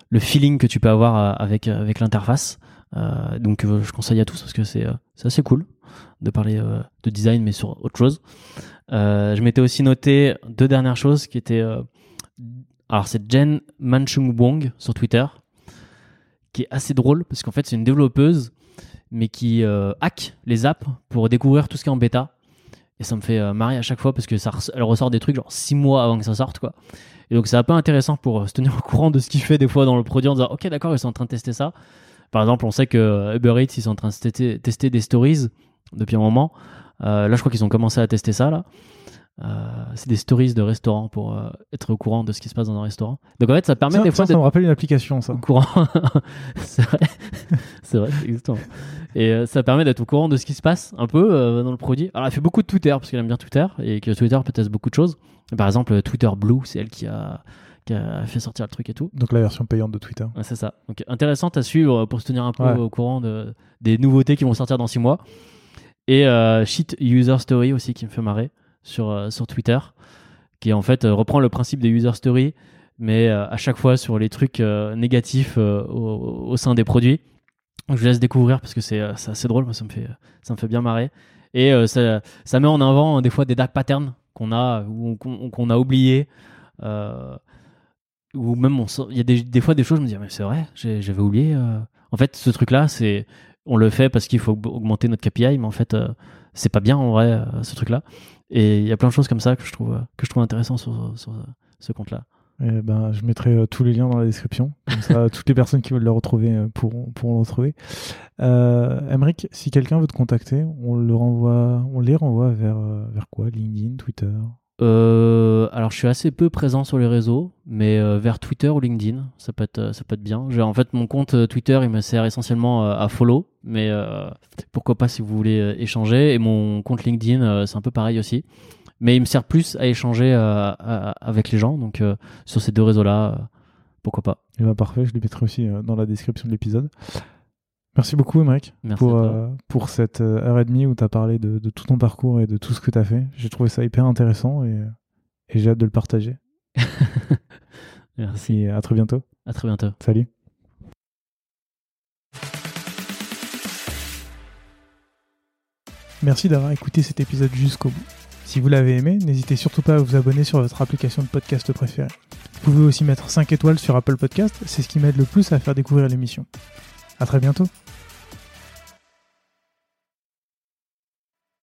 feeling que tu peux avoir avec l'interface. Donc je conseille à tous parce que c'est assez cool de parler de design mais sur autre chose. Je m'étais aussi noté 2 dernières choses qui étaient alors c'est Jen Manchung Wong sur Twitter qui est assez drôle parce qu'en fait c'est une développeuse mais qui hack les apps pour découvrir tout ce qui est en bêta et ça me fait marrer à chaque fois parce que elle ressort des trucs genre 6 mois avant que ça sorte quoi. Et donc c'est un peu intéressant pour se tenir au courant de ce qu'il fait des fois dans le produit en disant ok d'accord ils sont en train de tester ça. Par exemple on sait que Uber Eats ils sont en train de tester des stories depuis un moment. Là je crois qu'ils ont commencé à tester ça là. C'est des stories de restaurants pour être au courant de ce qui se passe dans un restaurant. Donc en fait ça permet des fois ça me rappelle une application ça. Au courant. c'est vrai exactement. Et ça permet d'être au courant de ce qui se passe un peu dans le produit. Alors elle fait beaucoup de Twitter parce qu'elle aime bien Twitter et que Twitter peut tester beaucoup de choses. Par exemple Twitter Blue c'est elle qui a fait sortir le truc et tout. Donc la version payante de Twitter. Ouais, c'est ça. Donc intéressante à suivre pour se tenir un peu au courant des nouveautés qui vont sortir dans 6 mois. Et Shit User Story aussi qui me fait marrer sur Twitter, qui en fait reprend le principe des User Story, mais à chaque fois sur les trucs négatifs au sein des produits. Donc, je vous laisse découvrir parce que c'est assez drôle, moi ça me fait bien marrer. Et ça met en avant des fois des dark patterns qu'on a ou qu'on a oubliés. Ou même il y a des fois des choses je me dis mais c'est vrai j'avais oublié en fait ce truc là on le fait parce qu'il faut augmenter notre KPI mais en fait c'est pas bien en vrai ce truc là et il y a plein de choses comme ça que je trouve intéressant sur ce compte là. Et ben, je mettrai tous les liens dans la description comme ça toutes les personnes qui veulent le retrouver pourront le retrouver. Aymeric, si quelqu'un veut te contacter on les renvoie vers quoi? LinkedIn, Twitter? Alors je suis assez peu présent sur les réseaux, mais vers Twitter ou LinkedIn, ça peut être bien. En fait, mon compte Twitter, il me sert essentiellement à follow, mais pourquoi pas si vous voulez échanger. Et mon compte LinkedIn, c'est un peu pareil aussi, mais il me sert plus à échanger avec les gens. Donc sur ces 2 réseaux-là, pourquoi pas. Et ben parfait, je les mettrai aussi dans la description de l'épisode. Merci beaucoup, Aymeric, pour cette heure et demie où tu as parlé de tout ton parcours et de tout ce que tu as fait. J'ai trouvé ça hyper intéressant et j'ai hâte de le partager. Merci. Et à très bientôt. À très bientôt. Salut. Merci d'avoir écouté cet épisode jusqu'au bout. Si vous l'avez aimé, n'hésitez surtout pas à vous abonner sur votre application de podcast préférée. Vous pouvez aussi mettre 5 étoiles sur Apple Podcast, c'est ce qui m'aide le plus à faire découvrir l'émission. À très bientôt.